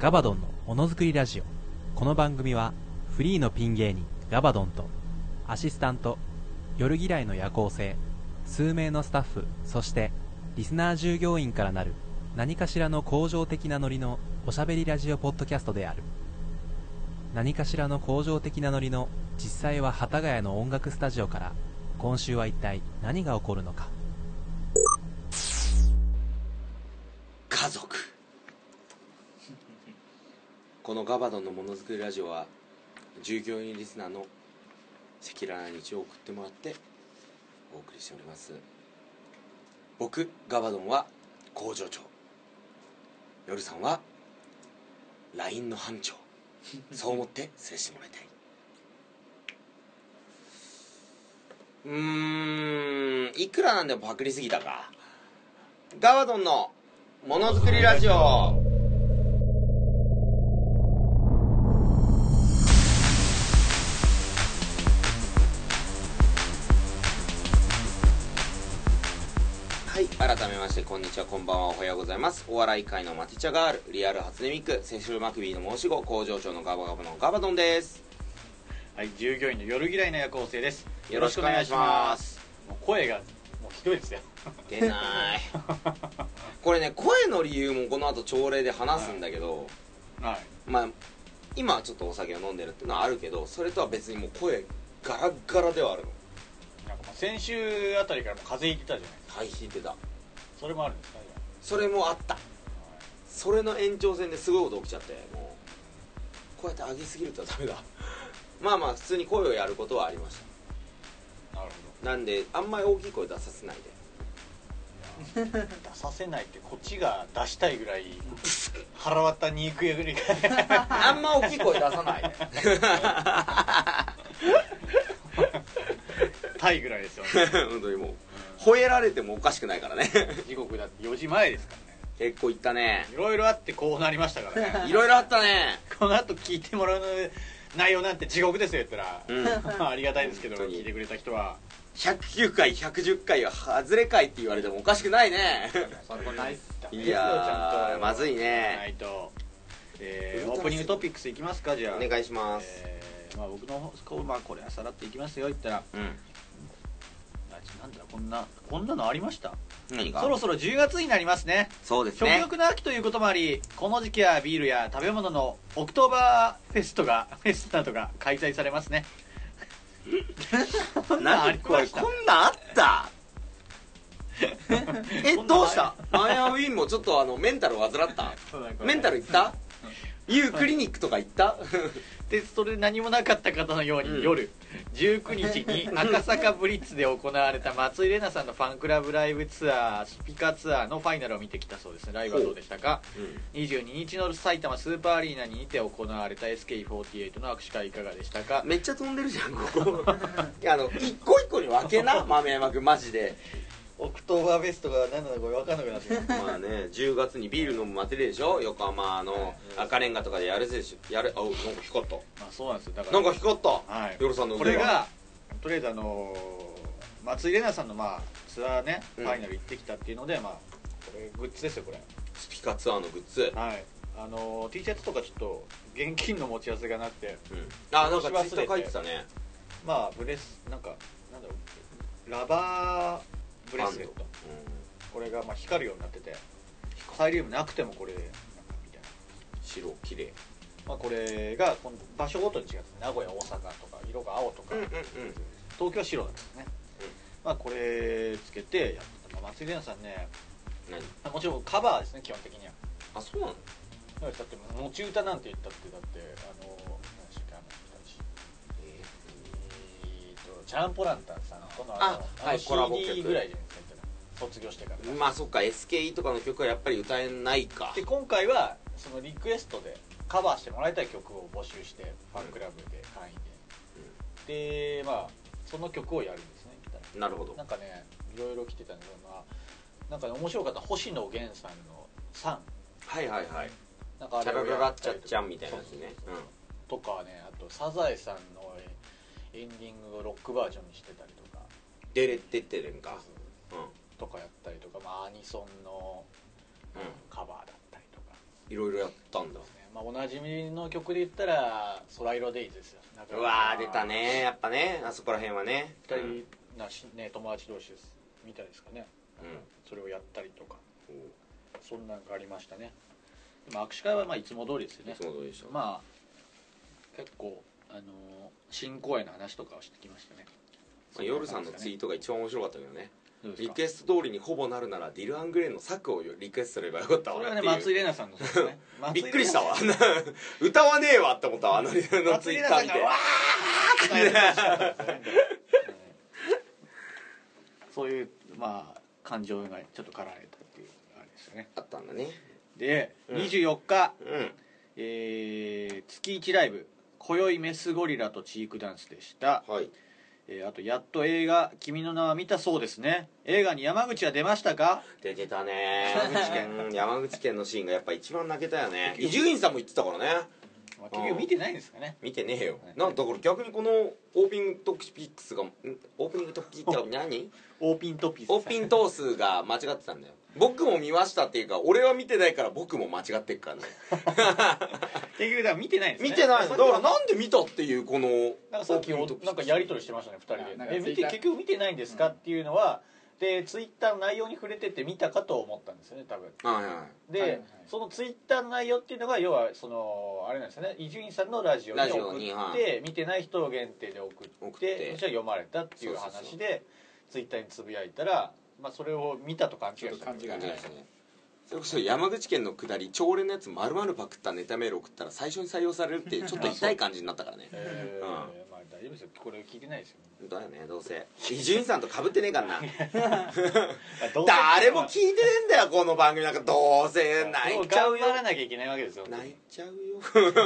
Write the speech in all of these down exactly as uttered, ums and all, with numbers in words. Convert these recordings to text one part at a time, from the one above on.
ガバドンのものづくりラジオ。この番組はフリーのピン芸人ガバドンとアシスタント、夜嫌いの夜行性、数名のスタッフ、そしてリスナー従業員からなる何かしらの向上的なノリのおしゃべりラジオポッドキャストである。何かしらの向上的なノリの実際は幡ヶ谷の音楽スタジオから、今週は一体何が起こるのか。 家族このガバドンのものづくりラジオは、従業員リスナーの赤裸々な日常を送ってもらってお送りしております。僕ガバドンは工場長、夜さんは ライン の班長そう思って接してもらいたい。うーんいくらなんでもパクりすぎたか。ガバドンのものづくりラジオ。はい、改めましてこんにちは、こんばんは、おはようございます。お笑い界のマティチャガール、リアル初音ミク、セシルマクビーの申し子、工場長のガバガバのガバドンです。 はい、従業員の夜嫌いな夜行性です。 よろしくお願いします。 もう声がもうひどいですよ。 出ないこれね、声の理由もこの後朝礼で話すんだけど、 はい、 まあ今はちょっとお酒を飲んでるっていうのはあるけど、それとは別にもう声ガラッガラではあるの。 なんかもう先週あたりからもう風邪ひいてたじゃないですか。 はい、引いてた。 それもあるんですか。 それもあった、はい、それの延長線ですごいこと起きちゃって、もうこうやって上げすぎるとダメだまあまあ普通に声をやることはありました。 なるほど。なんであんまり大きい声出させないで。 出させないってこっちが出したいぐらい腹割った肉やぐりがあんま大きい声出さないでタイぐらいですよね本当にもう吠えられてもおかしくないからね時刻だってよじまえですからね。 結構いったね。 いろいろあってこうなりましたからねいろいろあったね。 この後聞いてもらう内容なんて地獄ですよ言ったら、 うん、 ありがたいですけど聞いてくれた人はひゃくきゅうかいひゃくじゅっかいは外れ回って言われてもおかしくないねそれもないっす。 いやーまずいね。 ないと、えー、オープニングトピックスいきますか。じゃあお願いします。 えーまあ、僕のこう、まあ、これはさらっていきますよ言ったら、 うん、 なんだこんなこんなのありました。 何が。 そろそろじゅうがつになりますね。 そうですね。 食欲の秋ということもあり、この時期はビールや食べ物のオクトーバーフェストがフェスなどが開催されますねこんなんありました。 こんなんあったえどうしたマイアウィンもちょっとあのメンタルを患ったメンタルいったユークリニックとか行ったでそれ何もなかった方のように、うん、夜じゅうくにちに赤坂ブリッツで行われた松井玲奈さんのファンクラブライブツアースピカツアーのファイナルを見てきたそうですね。ライブはどうでしたか。うん、にじゅうににちの埼玉スーパーアリーナにて行われた エスケーフォーティーエイト の握手会いかがでしたか。 めっちゃ飛んでるじゃんここいやあの一個一個に分けな豆山君マジでオクトーバーフェストが何なのか分かんなくなってるまあね、じゅうがつにビール飲む祭りでしょ。横浜の赤レンガとかでやるでしょ。やる。あ、なんか光った。 あ、そうなんですよ。だからなんか光った。 はい。 夜さんのこれがとりあえずあのー、松井玲奈さんのまあツアーね、うん、ファイナル行ってきたっていうので、まあこれグッズですよこれ。 スピカツアーのグッズ。 はい。あのー、T シャツとかちょっと現金の持ち合わせがなくて。 うん、あ、なんかツイッター書いてたね。 まあブレスなんかなんだろうラバーブレスレット、うん、これがまあ光るようになっててサイリウムなくてもこれなんかみたいな白綺麗。 まあこれがこの場所ごとに違うんです。名古屋大阪とか色が青とか、うんうんうん、東京は白なんですね、うん、まあこれつけてやって、まあ、松井玲奈さんね、何もちろんカバーですね基本的には。 あ、そうなの。 だって持ち歌なんて言ったってだってあの何でしたっけあの人たちえー、えーとチャンポランタンさんとのあのああのシーディー ぐらいじゃないですか卒業してから。 まあそっか エスケーイー とかの曲はやっぱり歌えないか。 で今回はそのリクエストでカバーしてもらいたい曲を募集してファンクラブで会員で、うん、でまあその曲をやるんですね。 なるほど。 なんかねいろいろ来てたんだけど、まあなんか、ね、面白かった星野源さんの「さん」 はいはいはい、 なんかあれをやったりとかチャラララッチャッチャンみたいなやつね、 うん、とかね、あとサザエさんのエンディングをロックバージョンにしてたりとかデレッテッテレンか、うん、 とかやったりとか、まあ、アニソンの、うん、カバーだったりとか。 えいろいろやったんだ。 まあ、おなじみの曲で言ったら「空色デイズ」ですよ。 うわー出たね、やっぱね、あそこら辺はね。 ふたりなし、ね、友達同士ですみたいですかね、 うん、 それをやったりとか、そんなんがありましたね。でも握手会はまあいつも通りですよね。 いつも通りでした。 まあ結構あのー、新公演の話とかをしてきましたね。 まあ、夜さんのツイートが一番面白かったけどね。リクエススト通りにほぼなるならディル・アングレイの作をリクエストすればよかったわそれはねっていう。 松井玲奈さんのそうですねびっくりしたわ歌わねえわって思ったわ、あのツイッター見て。 松井玲奈さんがわーってやってましたねそういうまあ感情がちょっと絡まれたっていうあれですよね。 あったんだね。 で、 うん、 にじゅうよっか、 うんえー、月いちライブ今宵メスゴリラとチークダンスでした。 はい。 えー、あとやっと映画「君の名は」見たそうですね。映画に山口は出ましたか？ 出てたね。山口県、うん、山口県のシーンがやっぱ一番泣けたよね。伊集院さんも言ってたからね。 まあ、結局見てないんですかね。 見てねえよ。なんだから逆にこのオープニングトピックスがオープニングトピックス何オーピントピスオーピントースが間違ってたんだよ。僕も見ましたっていうか俺は見てないから僕も間違ってっからね結局だから見てないんですね。 見てないのだからなんで見たっていうこのなんかさっきおなんかやり取りしてましたねふたりで。え見て結局見てないんですかっていうのはでツイッターの内容に触れてて見たかと思ったんですよね多分。 はいはい。 で、 はいはい、 そのツイッターの内容っていうのが要はそのあれなんですよね。伊集院さんのラジオに送って、 はい、 見てない人を限定で送って送ってそしたら読まれたっていう話でツイッターにつぶやいたら、まあ、それを見たと勘違いした勘違いないですね。それこそ山口県の下り朝礼のやつ丸々パクったネタメール送ったら最初に採用されるっていうちょっと痛い感じになったからねえーうん、 まあ大丈夫ですよこれ聞いてないですよだよねどうせ伊集院さんと被ってねえからなどうせ誰も聞いてねえんだよこの番組なんかどうせ泣いちゃうよ頑張らなきゃいけないわけですよ泣いちゃうよ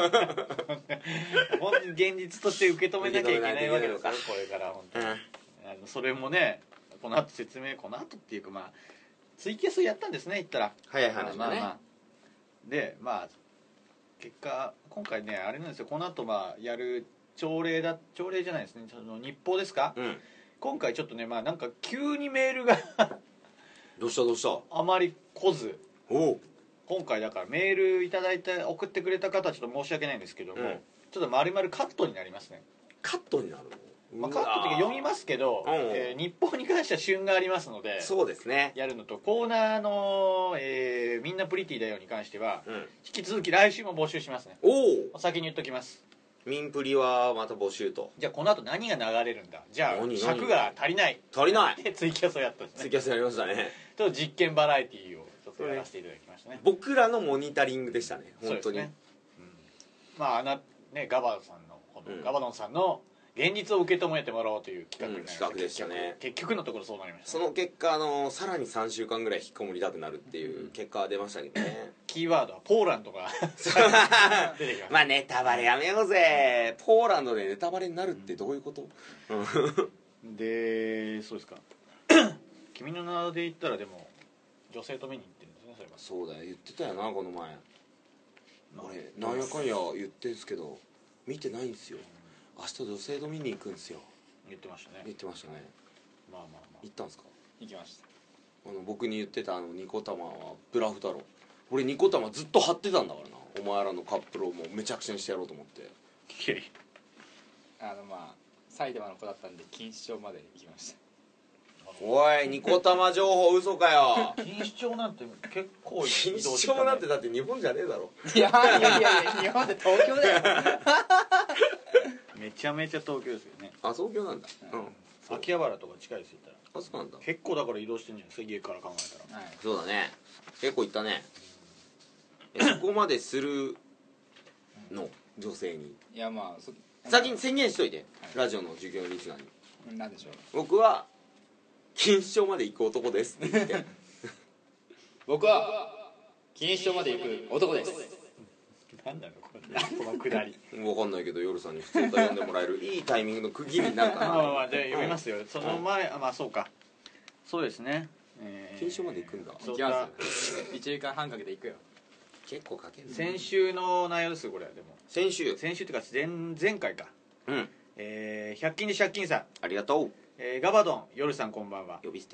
本当に現実として受け止めなきゃいけないわけですよ受け止めないといけないのかこれから本当に、 うんあのそれもねこの後説明この後っていうかまあツイキャスやったんですね言ったら早い話だね、 まあまあ、でまあ結果今回ねあれなんですよこの後まあやる朝礼だ朝礼じゃないですねその日報ですか、 うん、 今回ちょっとねまあなんか急にメールがどうしたどうしたあまり来ずおう今回だからメールいただいて送ってくれた方はちょっと申し訳ないんですけども、 うんちょっと丸々カットになりますね、 カットになるの、 まあ、カットっていうか読みますけど、 うんえー日報に関しては旬がありますのでそうですねやるのとコーナーの、えーみんなプリティだよ」に関してはうん引き続き来週も募集しますね。 おお先に言っときます。 ミンプリはまた募集とじゃあこの後何が流れるんだじゃあ何何尺が足りない足りないでツイキャスをやったんですね。 ツイキャスやりましたねちょっと実験バラエティーをちょっとやらせていただきましたね。 僕らのモニタリングでしたね本当に、 そうですね、うん、まああなねガバドさんのこの、 うんガバドンさんの現実を受け止めてもらおうという企画になりました、 うん企画でしたね結局、結局のところそうなりました、 その結果あのさらにさんしゅうかんぐらい引きこもりたくなるっていう結果が出ましたけどねキーワードはポーランドが出てきました。 まあネタバレやめようぜポーランドでネタバレになるってどういうこと、うん、 でそうですか君の名で言ったらでも女性と見に行ってるんですねそれは。 そうだよ言ってたよなこの前まあ俺なんやかんや言ってんすけど見てないんですよ明日女性と見に行くんですよ言ってましたね。 言ってましたねまあまあまあ行ったんですか行きました。 あの僕に言ってたあのニコ玉はブラフ太郎俺ニコ玉ずっと貼ってたんだからなお前らのカップルをもうめちゃくちゃにしてやろうと思っていやいやあのまあ埼玉の子だったんで錦糸町まで行きました。 おいニコ玉情報嘘かよ錦糸町なんて結構移錦糸動してたね町なんてだって日本じゃねえだろいやいやいやいや日本で東京だよ。 めちゃめちゃ東京ですよね。 あ東京なんだうん秋葉原とか近いですよ言ったらあそうなんだ結構だから移動してるんじゃないですか家から考えたら。 はい。 そうだね結構行ったねえそこまでするの女性にいやまあそ先に宣言しといて、 はいラジオの授業リスナーになんでしょう。 僕は錦糸町まで行く男ですって言って僕は錦糸町まで行く男です。 なんだろうこれこのくだり分かんないけど夜さんに普通歌読んでもらえるいいタイミングの区切りになるかなまあまあまあじゃあ読みますよ。その前あまあそうかそうですね。えー錦糸町まで行くんだそう行きますよ。一時間半かけて行くよ。 結構かけるね先週の内容ですよこれでも先週先週っていうか前前回か、 うんえー、ひゃく均で借金さん、 ありがとうえー、ガバドン夜さんこんばんは。 呼び捨て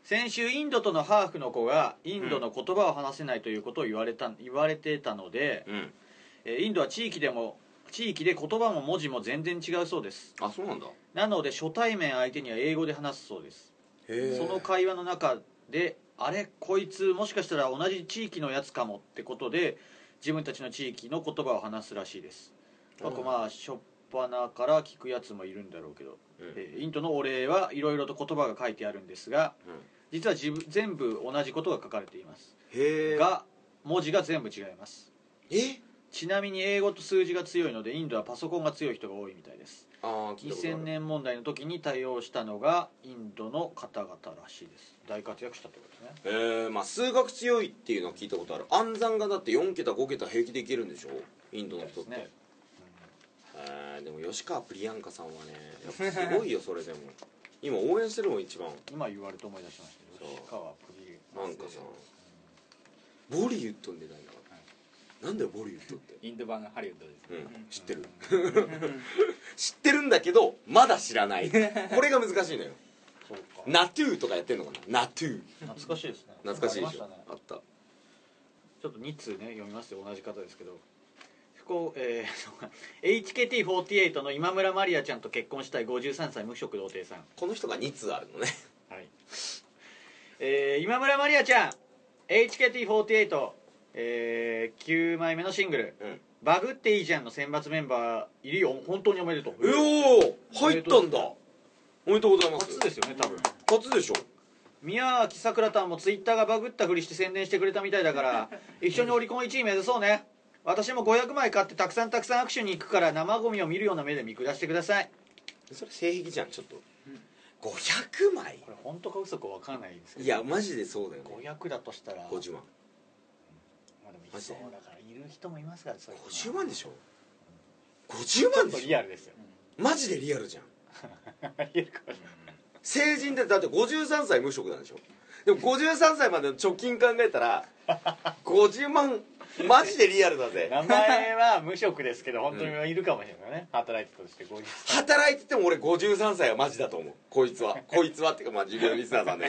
先週インドとのハーフの子がインドの言葉を話せないということを言われた言われてたので、 うんえーインドは地域でも地域で言葉も文字も全然違うそうです。 あ、そうなんだ。 なので初対面相手には英語で話すそうです。 へえ。 その会話の中であれこいつもしかしたら同じ地域のやつかもってことで自分たちの地域の言葉を話すらしいです。過去まあしょっぱなから聞くやつもいるんだろうけど、 うんえーインドのお礼はいろいろと言葉が書いてあるんですが、 うん実は自分全部同じことが書かれています。 へえ。 が文字が全部違います。 えちなみに英語と数字が強いのでインドはパソコンが強い人が多いみたいです。 ああ、聞いたことある。 にせんねん問題の時に対応したのがインドの方々らしいです。大活躍したってことですね。 へえ、まあ数学強いっていうのは聞いたことある。暗算がだってよん桁ご桁平気でいけるんでしょ、インドの人って。 ねへえ。でも吉川プリヤンカさんはね、やっぱすごいよ。それでも今応援してるもん一番。 今言われて思い出しましたけど、 そう吉川プリなんかさ、ボリウッドに出たいんだから、なんだよボリウッドって。 インド版ハリウッドです。 うん知ってる知ってるんだけどまだ知らない。これが難しいのよ。 そうか、 ナトゥーとかやってんのかな。ナトゥー懐かしいですね。 懐かしいでしょ。 ありましたね。 あった。 ちょっとに通ね読みますよ。同じ方ですけど、不幸、えーそうか エイチケーティーフォーティーエイト の今村マリアちゃんと結婚したいごじゅうさんさい無職童貞さん。 この人がに通あるのね。 はいえー今村マリアちゃん エイチケーティーフォーティーエイト、えー、きゅうまいめのシングルうん。 「バグっていいじゃん」の選抜メンバーいるよ。本当におめでとう。 えお入ったんだ。おめでとうございます。 初ですよね多分。 初でしょ。 宮脇さくらたんもツイッターがバグったふりして宣伝してくれたみたいだから一緒にオリコンいちい目指そうね。私もごひゃくまい買ってたくさんたくさん握手に行くから生ゴミを見るような目で見下してください。 それ性癖じゃんちょっと。ごひゃくまい。 これ本当か嘘か分かんないんですけど、 いやマジでそうだよね。 ごひゃくだとしたらごじゅうまん。 まあでもいそうだからいる人もいますから。そういうごじゅうまんでしょ。ごじゅうまんちょっとでしょ。 リアルですよ。 マジでリアルじゃん。 リアルかもしれない。 成人でだってごじゅうさんさい無職なんでしょ。でもごじゅうさんさいまでの貯金考えたらごじゅうまんマジでリアルだぜ。 名前は無職ですけど本当にいるかもしれないね、働いてたとしてごじゅうさん働いてても俺ごじゅうさんさいはマジだと思う。こいつはこいつはっていうかまあ自分のリスナーさんで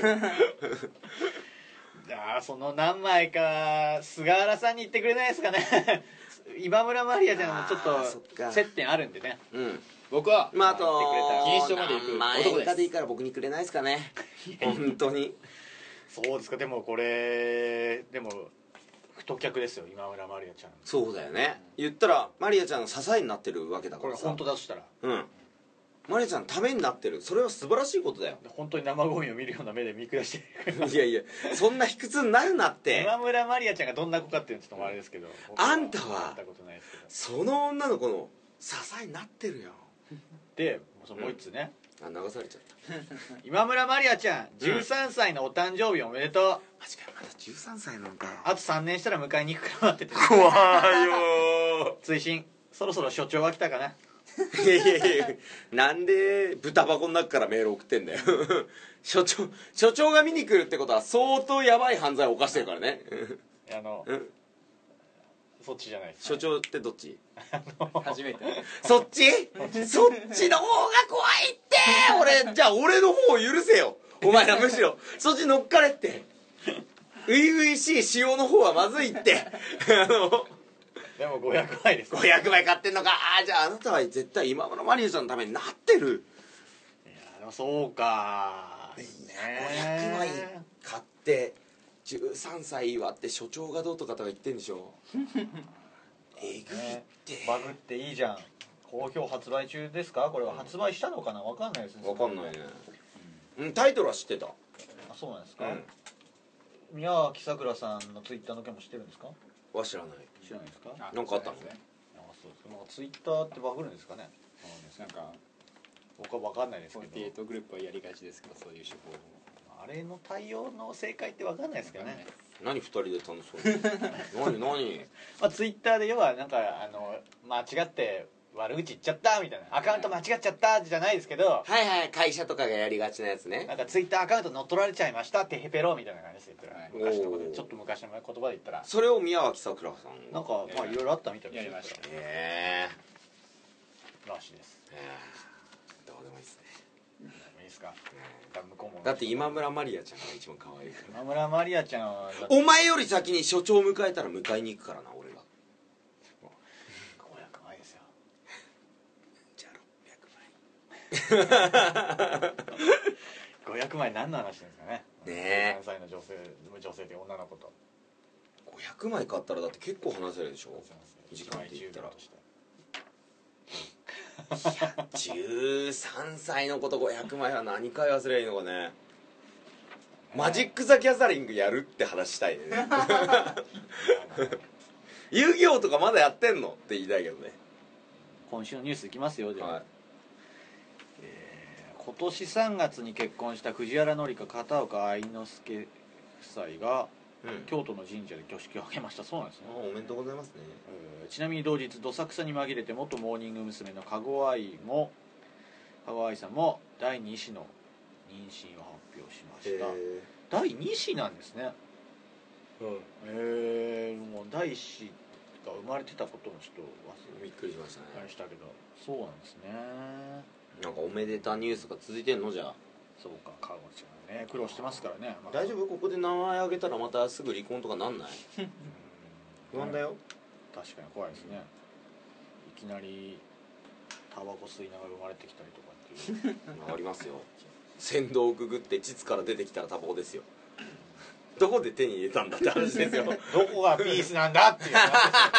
じゃあその何枚か菅原さんに言ってくれないですかね今村マリアちゃんもちょっあーそっかと接点あるんでね。 うん。 僕はまああと錦糸町まで行くまあ男です演歌でいいから僕にくれないですかね。本当に。 そうですか。でもこれでも太客ですよ今村マリアちゃん。 そうだよね。言ったらマリアちゃんの支えになってるわけだからさ。 これ本当だとしたらうん。マリアちゃんのためになってる。それは素晴らしいことだよ。 本当に生ゴミを見るような目で見下してるいやいやそんな卑屈になるなって今村マリアちゃんがどんな子かっていうのちょっとあれですけど、僕あんたは会ったことないですけど。 その女の子の支えになってるよ。 でそのもう一つね、 あ流されちゃった今村マリアちゃんじゅうさんさいのお誕生日おめでとう、 マジかよ。まだじゅうさんさいなのかよ。 あとさんねんしたら迎えに行くから待ってて。 怖いよ追伸そろそろ所長が来たかな。 いやいやいやなんで豚箱の中からメール送ってんだよ所長所長が見に来るってことは相当やばい犯罪を犯してるからねあのうんそっちじゃないです。 所長ってどっち。 初めてそっちそっちの方が怖いって俺じゃあ俺の方を許せよお前ら。むしろそっち乗っかれって初々しい潮の方はまずいってあのでもごひゃくまいです。 ごひゃくまい買ってんのか。ああじゃああなたは絶対今村マリアちゃんのためになってる。 いやでもそうかごひゃくまい買ってじゅうさんさい祝って所長がどうとかとか言ってんでしょえぐいってバグっていいじゃん好評発売中ですか。これは発売したのかな分かんないですね。 わかんないね。うんタイトルは知ってた。 あそうなんですか、 うん宮脇さくらさんのツイッターの件も知ってるんですか。 は知らない。 知らないですか。あなんかあったの。 そうですなんかツイッターってバグるんですかね。 なんか僕は分かんないですフォけどーティーエイトグループはやりがちですけどそういう手法をあれの対応の正解って分かんないですけどね。 何二人で楽しそうに何何まあ、ツイッターで要はなんかあの間違って悪口言っちゃったみたいなアカウント間違っちゃったじゃないですけど、 はいはい会社とかがやりがちなやつね。 なんかツイッターアカウント乗っ取られちゃいましたってヘペロみたいな感じですよ、 はい昔のことおーでちょっと昔の言葉で言ったらそれを宮脇さくらさんがなんかまあいろいろあったみたいですよやりましたへえらしいです。 へえどうでもいいっすね。 いいですか。向こうもだって今村マリアちゃんが一番可愛いか今村マリアちゃんはらお前より先に所長を迎えたら迎えに行くからな俺が。 ごひゃくまいですよ。 じゃあろっぴゃくまいごひゃくまい何の話ですかね。 ねえさんさいの女性女性で女の子とごひゃくまい買ったらだって結構話せるでしょ時間って言ったら。じゅうさんさいの子とごひゃくまいは何回忘れるのかね。マジック・ザ・ギャザリングやるって話したいね遊戯王とかまだやってんのって言いたいけどね。 今週のニュースいきますよ。では、 はい、 えー今年さんがつに結婚した藤原紀香片岡愛之助夫妻がうん、 京都の神社で挙式を挙げました。そうなんですね。 あおめでとうございますね。 えーちなみに同日どさくさに紛れて元モーニング娘。の加護愛も加護愛さんもだいに子の妊娠を発表しました。 へだいに子なんですね。 ーうんえー、もうだいいっ子が生まれてたこともちょっと忘れびっくりしましたね。 あれしたけど、そうなんですね。 なんかおめでたニュースが続いてんのじゃあ。 そうか、加護ちゃんね苦労してますからね。まあ大丈夫？ここで名前挙げたらまたすぐ離婚とかなんない？ うん不安だよ。 確かに怖いですね。いきなりタバコ吸いながら生まれてきたりとかっていうありますよ。先導をくぐって膣から出てきたらタバコですよ。どこで手に入れたんだって話ですよ。 どこがピースなんだっていう話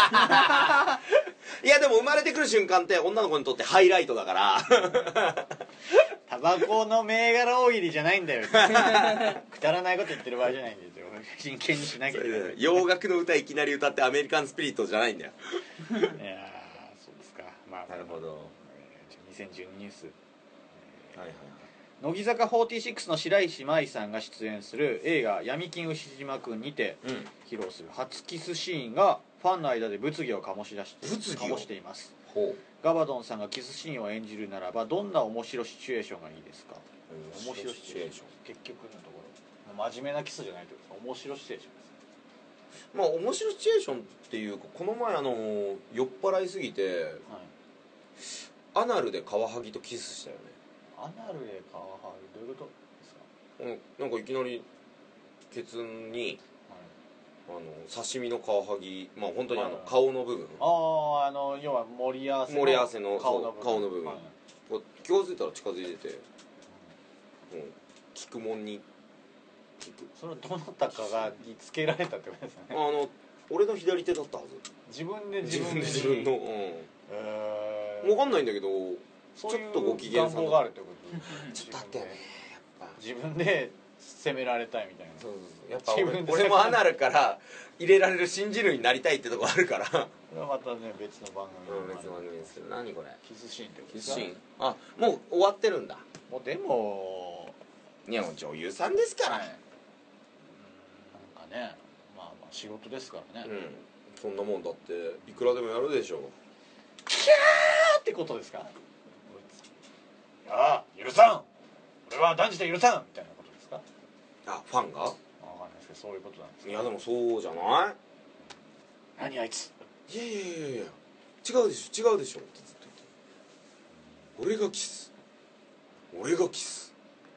いやでも生まれてくる瞬間って女の子にとってハイライトだからタバコの銘柄大喜利じゃないんだよくだらないこと言ってる場合じゃないんですよ。真剣にしなきゃいけない。 洋楽の歌いきなり歌ってアメリカンスピリットじゃないんだよ。 いやーそうですか。まあなるほど。 えーにせんじゅうにニュース、 はいはい乃木坂フォーティシックスの白石麻衣さんが出演する映画「闇金牛島くん」にてはい。うん。 披露する初キスシーンがファンの間で物議を醸し出して物議を醸しています。 ほガバドンさんがキスシーンを演じるならばどんな面白シチュエーションがいいですか。 う。 面白シチュエーション、結局のところ真面目なキスじゃないってことですか。面白シチュエーションです。 まあ面白いシチュエーションっていうかこの前あの酔っ払いすぎてはい、 アナルでカワハギとキスしたよね。 アナルでカワハギどういうことですか。 うんなんかいきなりケツにはい、 あの刺身のカワハギまあ本当にあのはい顔の部分あああの要は盛り合わせの盛り合わせの顔の部分、 そう顔の部分はいこう気が付いたら近づいててもう聞くもんに聞くそれはどなたかがにつけられたってことですあね。 の俺の左手だったはず。 自分で自分自分でで自分のうんえー、 分かんないんだけどそういうちょっとご機嫌さん願望があるってことちょっとあったよねやっぱ自分で責められたいみたいな。 そうそうそうやっぱ自分で俺俺もアナルから入れられる信じるになりたいってとこあるからこれはまたね別の番組うん別の番組ですけど何これキスシーンってことキスですか。 シーンあもう終わってるんだ。 もうでもいやもう女優さんですから、 はいうんなんかねまあまあ仕事ですからね、 うんそんなもんだっていくらでもやるでしょ。 ってことですか。いや許さん俺は断じて許さんみたいなことですか。 あファンがわかんないですけどそういうことなんですか。 いやでもそうじゃな何あいついいやいやいやいや違うでしょ違うでしょってずっと言って俺がキス俺がキス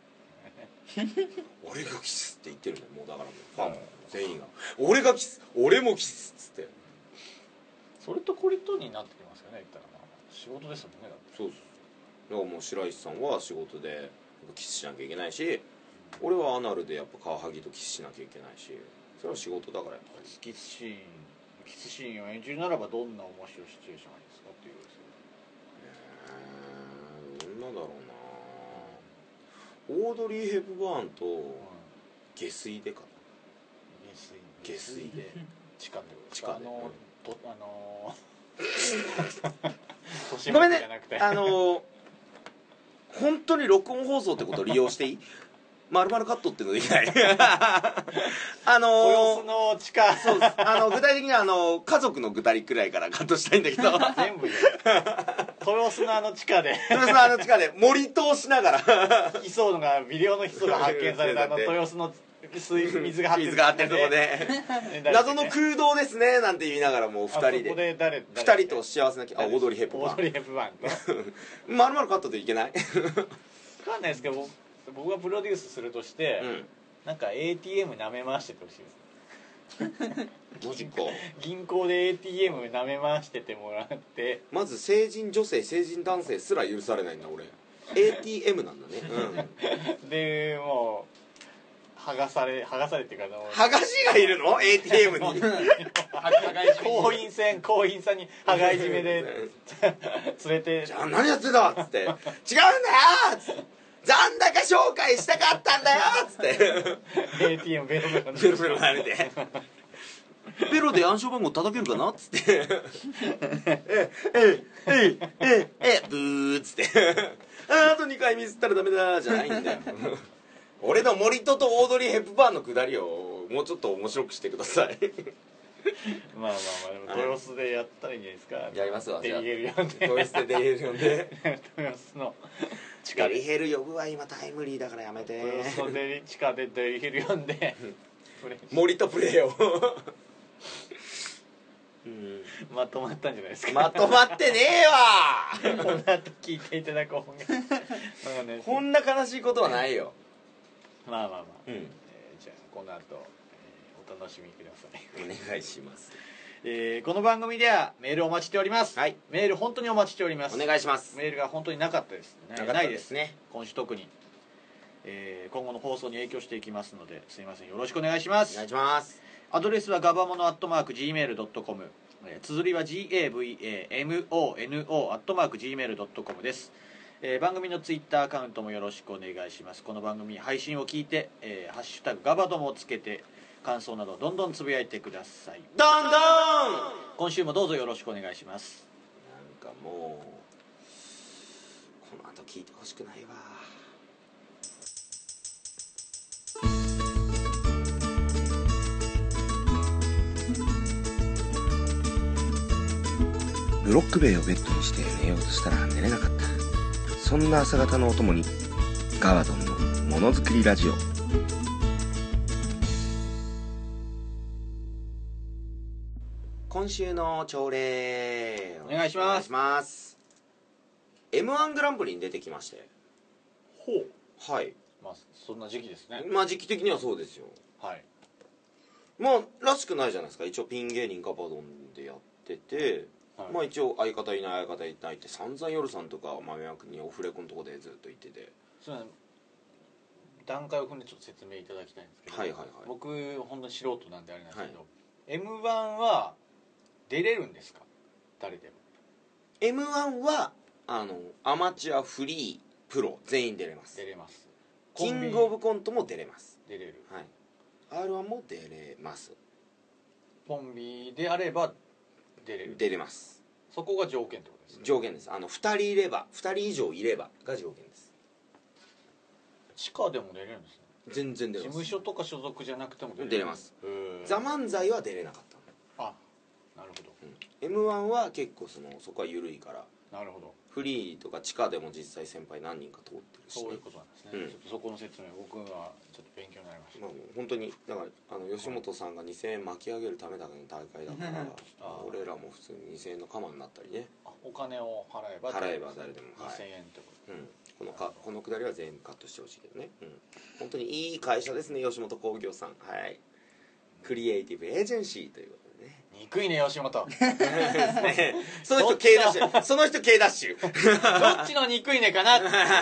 俺がキスって言ってるねもうだからもうファンも全員が俺がキス俺もキスっつってそれとこれとになってきますよね言ったら。まあ仕事ですもんねだって。 そうですだからもう白石さんは仕事でキスしなきゃいけないし俺はアナルでやっぱカワハギとキスしなきゃいけないしそれは仕事だからやっぱりキスシーンキスシーンを演じるならばどんな面白いシチュエーションがいいですかっていうことですよ。 えー、どんなだろうなオードリー・ヘプバーンと下水でかな下水下水で地下ってことですか。 地下であのとあのー、 ごめんねじゃなくてあのー、本当に録音放送ってことを利用していい丸々カットっていうのできないあのー、 豊洲の地下そうですあの具体的にはあの家族のぐたりくらいからカットしたいんだけど全部入れる豊洲のあの地下で豊洲のあの地下で森通しながらヒ素のが微量のヒ素が発見されたあの豊洲の水水が張ってる水が張ってるとこで謎の空洞ですねなんて言いながらもうふたりであそこで誰ふたりと幸せなきあオードリー・ヘップバーンオードリー・ヘップバーンとまるまるカットでいけない分かんないですけど僕僕がプロデュースするとして、 うん、 なんか エーティーエム 舐め回しててほしいですマジか。 銀行で エーティーエム 舐め回しててもらってまず成人女性成人男性すら許されないんだ俺。 エーティーエム なんだね。うん。 でもう剥がされ剥がされっていうかあの剥がしがいるの エーティーエム に行員船行員さんに羽交い締めで連れてじゃあ何やってんだっつって違うんだよっつって残高紹介したかったんだよっつってエーティーエム ベロベロベロベロ慣れてベロで暗証番号叩けるかなっつってええええええブーっつってあとにかいミスったらダメだじゃないんだよ俺の森戸とオードリー・ヘップバーンのくだりをもうちょっと面白くしてくださいまあまあまあでも豊洲でやったらいいんじゃないですか。 やりますわ。 デリヘル呼んで豊洲でデリヘル呼んで豊洲の地デ下でリヘル呼ぶは今タイムリーだからやめて。 豊洲のデリ地下でデリヘル呼んで森とプレーをうん、 まとまったんじゃないですか。 まとまってねえわこの後聞いていただく音源こんな悲しいことはないよ。 まあまあまあ、 うん、 えー、じゃあこの後、えー、お楽しみください。 お願いします。 えー、この番組ではメールをお待ちしております、 はい、 メール本当にお待ちしております。 お願いします。 メールが本当になかったです、ね、 なかったないでねですすね今週特に、えー、今後の放送に影響していきますのですいませんよろしくお願いします。 お願いします。 アドレスはガバモノアットマーク ジーメールドットコム、綴りは ジーエーブイエーエムオーエヌオー アットマーク ジーメールドットコム です。えー、番組のツイッターアカウントもよろしくお願いします。この番組配信を聞いて、えー、ハッシュタグガバドモをつけて感想などどんどんつぶやいてください。 どんどん今週もどうぞよろしくお願いします。 なんかもうこの後聞いてほしくないわ。ブロック塀をベッドにして寝ようとしたら寝れなかった。そんな朝方のお供にガバドンのものづくりラジオ。今週の朝礼お願いします。 お願いします。 エムワン グランプリに出てきまして。 ほう、 はい、 まあそんな時期ですね。 まあ時期的にはそうですよ。 はい、 まあらしくないじゃないですか。一応ピン芸人ガバドンでやってて、はい、まあ一応相方いない相方いないって散々夜さんとか豆山君にオフレコのとこでずっと言ってて、 そうね、段階を踏んでちょっと説明いただきたいんですけど、 はいはいはい、 僕本当に素人なんであれなんですけど、 はい、 エムワン は出れるんですか？誰でも。 エムワン はあのアマチュアフリープロ全員出れます。 出れます。 キングオブコントも出れます。 出れる。 はい、アールワン も出れます。 コンビであれば出れる。 出れます。 そこが条件ってことですね。 条件です。あのふたりいればふたり以上いればが条件です。 地下でも出れるんですね。 全然出れます。 事務所とか所属じゃなくても出れる。 出れます。ザ・漫才は出れなかったの。 あ、なるほど、 うん、エムワン は結構そのそこは緩いから。 なるほど。 フリーとか地下でも実際先輩何人か通ってるし、ね、 そういうことなんですね、うん、ちょっとそこの説明僕はちょっと勉強になりました。 まあ、本当にだからあの吉本さんがにせんえん巻き上げるためだけの大会だから俺らも普通ににせんえんのカマになったりね。 あ、お金を払えば払えば誰でも、 はい、にせんえんってこと、 うん、このかこのくだりは全部カットしてほしいけどね、うん、本当にいい会社ですね吉本興業さん。はい、クリエイティブエージェンシーということでね。 憎いね吉本ね、その人 K ダッシュその人 K ダッシュどっちの憎いねかな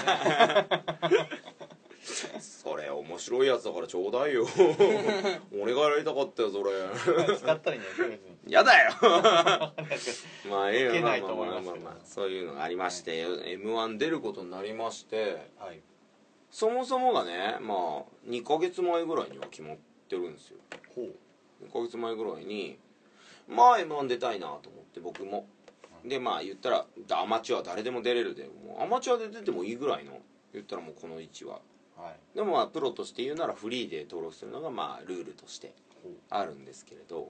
それ面白いやつだからちょうだいよ俺がやりたかったよそれ使ったらいいんじゃないですか。 やだよまあええよ、まあまあまあまあまあそういうのがありまして、はい、エムワン 出ることになりまして、はい、そもそもがねまあにかげつまえぐらいには決まってるんですよ。ほうにかげつまえぐらいにまあ エムワン 出たいなと思って僕も、うん、でまあ言ったらアマチュア誰でも出れるでもうアマチュアで出てもいいぐらいの言ったらもうこの位置は、はい、でもまあプロとして言うならフリーで登録するのがまあルールとしてあるんですけれど、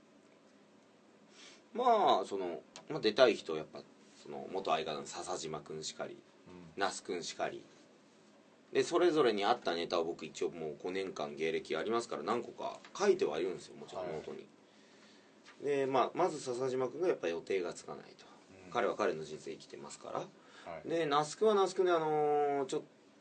まあその、まあ、出たい人やっぱその元相方の笹島君しかり、うん、那須君しかりでそれぞれに合ったネタを僕一応もうごねんかん芸歴ありますから何個か書いてはいるんですよもちろんノートに、はい、で、まあ、まず笹島君がやっぱ予定がつかないと、うん、彼は彼の人生生きてますから、はい、で那須君は那須君であのー、ちょっ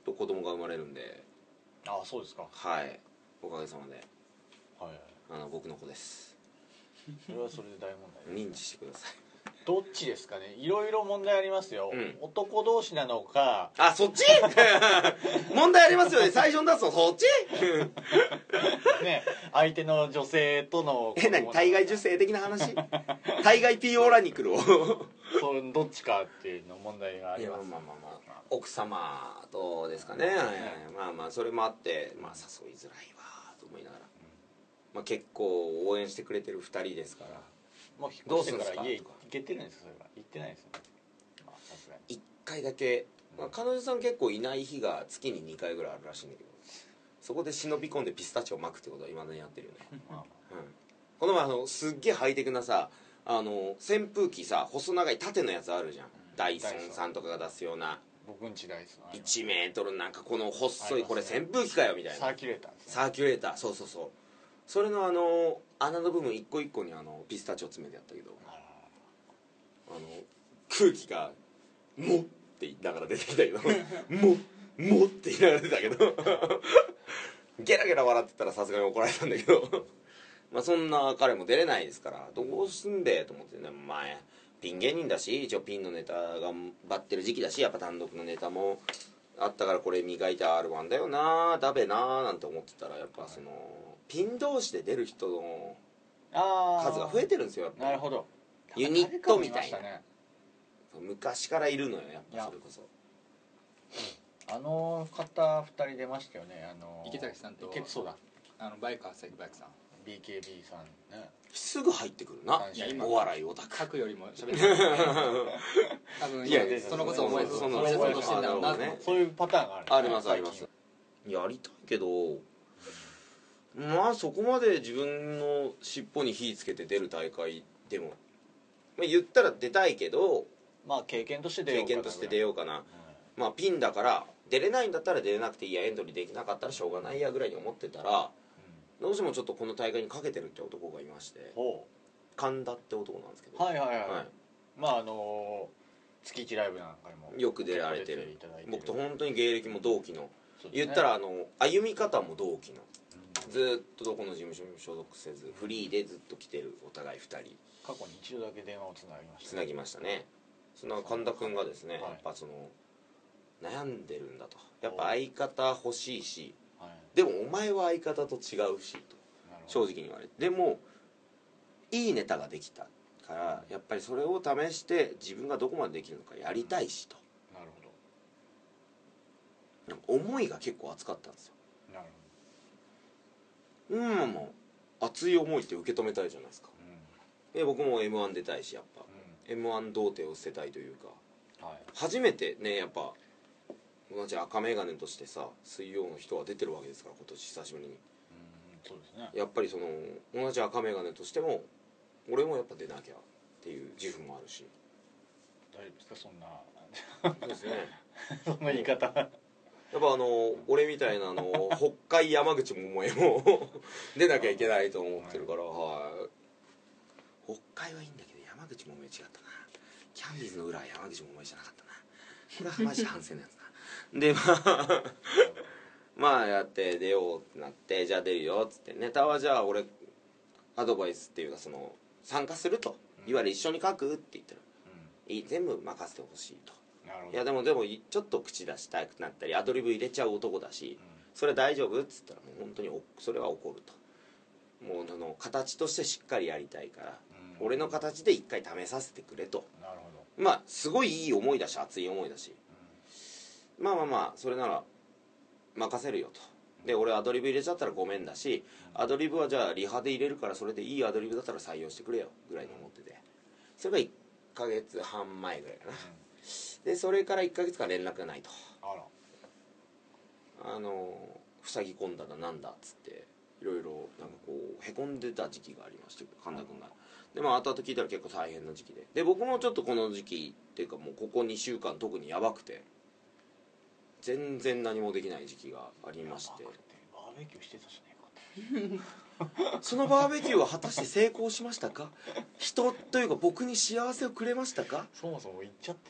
と子供が生まれるんで、 ああそうですか。 はいおかげさまではいはい。 あの僕の子です。 それはそれで大問題です。 認知してください。 どっちですかね。いろいろ問題ありますよ、 うん、 男同士なのか。 あそっち問題ありますよね。最初に出すのそっちね、相手の女性とのえ何体外受精的な話体外ピーオーラニクルをそうどっちかっていうの問題があります。 まあまあまあ奥様とですかね、はいはい、まあまあそれもあって、まあ、誘いづらいわと思いながら、まあ、結構応援してくれてるふたりですから。 もう引っ越してから家行けてるんですか。それは行ってないですよね。さすがにいっかいだけ、まあ、彼女さん結構いない日が月ににかいぐらいあるらしいんだけど、そこで忍び込んでピスタチオを巻くってことはいまだにやってるよねうん、この前あのすっげえハイテクなさ、あの扇風機さ細長い縦のやつあるじゃん、うん、ダイソンさんとかが出すような、 僕んちダイソンいちメートルなんかこの細いこれ扇風機かよみたいなサーキュレーターですね。 サーキュレーター、そうそうそう、それのあの穴の部分一個一個にあのピスタチオ詰めてやったけど、あの空気が「も」って言いながら出てきたけど「も」「も」って言いながら出たけどゲラゲラ笑ってたらさすがに怒られたんだけどまあそんな彼も出れないですからどうすんべと思ってね、まあピン芸人だし一応ピンのネタが張ってる時期だし、やっぱ単独のネタもあったからこれ磨いて アールワン だよなだべななんて思ってたら、やっぱそのピン同士で出る人の数が増えてるんですよ。やっぱなるほど。 ユニットみたいな、 ね、 昔からいるのよやっぱ。それこそあの方ふたり出ましたよね。あの池崎さんと池そうだあのバイク朝日バイクさんビーケービー さんね。 すぐ入ってくるな、 いやお笑いオタク書くよりも喋ってる多分いやそのこと思い出そうとしてんだろうな、 ね、 そういうパターンがある、ね、 ありますあります。やりたいけどまあそこまで自分の尻尾に火つけて出る大会でも、まあ、言ったら出たいけど、 まあ経験として出ようかな、 経験として出ようかな、うん、まあピンだから出れないんだったら出れなくていいや、エントリーできなかったらしょうがないやぐらいに思ってたら、どうしてもちょっとこの大会にかけてるって男がいまして、神田って男なんですけど、 はいはいはい、はい、まああのー、月一ライブなんかにもよく出られてる、僕と本当に芸歴も同期の、ね、言ったらあの歩み方も同期の、うん、ずっとどこの事務所にも所属せずフリーでずっと来てるお互いふたり、 過去に一度だけ電話をつなぎました、 つなぎましたね。その神田君がですね、はい、やっぱその悩んでるんだと、やっぱ相方欲しいし、はい、でもお前は相方と違うしと正直に言われて、でもいいネタができたからやっぱりそれを試して自分がどこまでできるのかやりたいしと、 なるほど、なんか思いが結構熱かったんですよ。 なるほど、うん、もう熱い思いって受け止めたいじゃないですか、うん、で僕も エムワン 出たいしやっぱ、うん、エムワン 童貞を捨てたいというか、はい、初めてねやっぱ同じ赤眼鏡としてさ水曜の人は出てるわけですから今年久しぶりに、うん、 そうですね、 やっぱりその同じ赤眼鏡としても俺もやっぱ出なきゃっていう自負もあるし。 大丈夫ですかそんなそうですねそんな言い方やっぱあの俺みたいなあの北海山口百恵も出なきゃいけないと思ってるから、はい、北海はいいんだけど山口百恵違ったな、キャンディーズの裏は山口百恵じゃなかったな、これはマジ反省のやつなでまあまあやって出ようってなって、じゃあ出るよっつって、ネタはじゃあ俺アドバイスっていうかその参加すると、うん、いわゆる一緒に書くって言ったら、うん、い全部任せてほしいと。いやでもでもちょっと口出したくなったりアドリブ入れちゃう男だし、うん、それ大丈夫っつったらもう本当にそれは怒ると、もうあの形としてしっかりやりたいから、うん、俺の形で一回試させてくれと。 なるほど、 まあすごいいい思いだし熱い思いだし、うん、まあまあまあそれなら任せるよと。で俺アドリブ入れちゃったらごめんだし、うん、アドリブはじゃあリハで入れるからそれでいいアドリブだったら採用してくれよぐらいに思ってて、それがいっかげつはん前ぐらいかな、うん、でそれからいっかげつかん連絡がないと、あらあの塞ぎ込んだだなんだっつっていろいろなんかこうへこんでた時期がありまして神田君が、でまあ後々聞いたら結構大変な時期で、で僕もちょっとこの時期っていうかもうここにしゅうかん特にやばくて全然何もできない時期がありまして、 バーベキューしてたじゃねえかそのバーベキューは果たして成功しましたか人というか僕に幸せをくれましたか。 そもそも行っちゃってんじゃない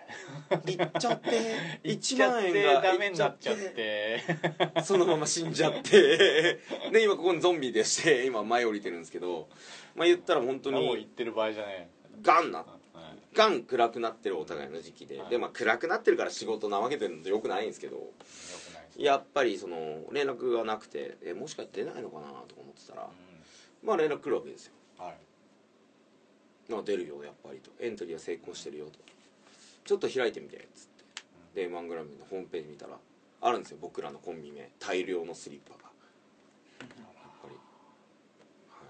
行っちゃっていっちゃっていちまん円がダメになっちゃってそのまま死んじゃってで今ここにゾンビでして今前降りてるんですけど、まあ言ったら本当もう言っにてる場合じゃねガンなえ、はいガン暗くなってるお互いの時期で、 はいでまあ暗くなってるから仕事怠けてるのでよくないんですけど、 よくないですねやっぱりその連絡がなくてえもしかして出ないのかなとか思ってたら、まあ連絡来るわけですよ。 うんはいなんか出るよやっぱりと、エントリーは成功してるよと、ちょっと開いてみてっつってで エムワン グラムのホームページ見たらあるんですよ、僕らのコンビ名大量のスリッパがやっぱり、はい、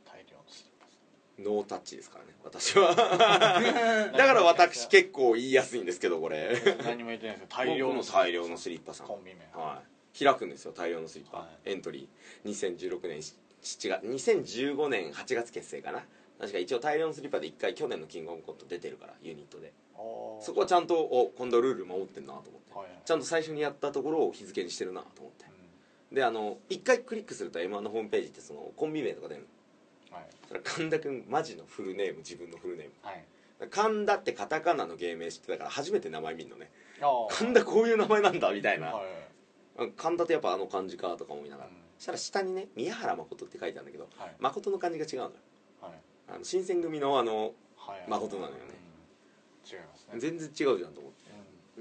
大量のスリッパですノータッチですからね私はだから私結構言いやすいんですけどこれ何も言ってないですよ大量の僕も大量のスリッパさん、 コンビ名はい、開くんですよ大量のスリッパ、 はい、 エントリーにせんじゅうろくねんしちがつにせんじゅうごねんはちがつ結成かな、確か一応大量のスリッパでいっかい去年のキングオブコント出てるからユニットで、そこはちゃんとお今度ルール守ってんなと思って、 はいはい、 ちゃんと最初にやったところを日付にしてるなと思って、うん、であのいっかいクリックすると エムワン のホームページってそのコンビ名とか出るの、はい、それ神田君マジのフルネーム自分のフルネーム、はい、神田ってカタカナの芸名知ってたから初めて名前見るのね、神田こういう名前なんだみたいな、はい、神田ってやっぱあの漢字かとか思いながら、うん、そしたら下にね宮原誠って書いてあるんだけど、はい、誠の漢字が違うのよ、はい、あの新選組のあの、はい、誠なのよね、 うん、違いますね、 全然違うじゃんと思って、うん、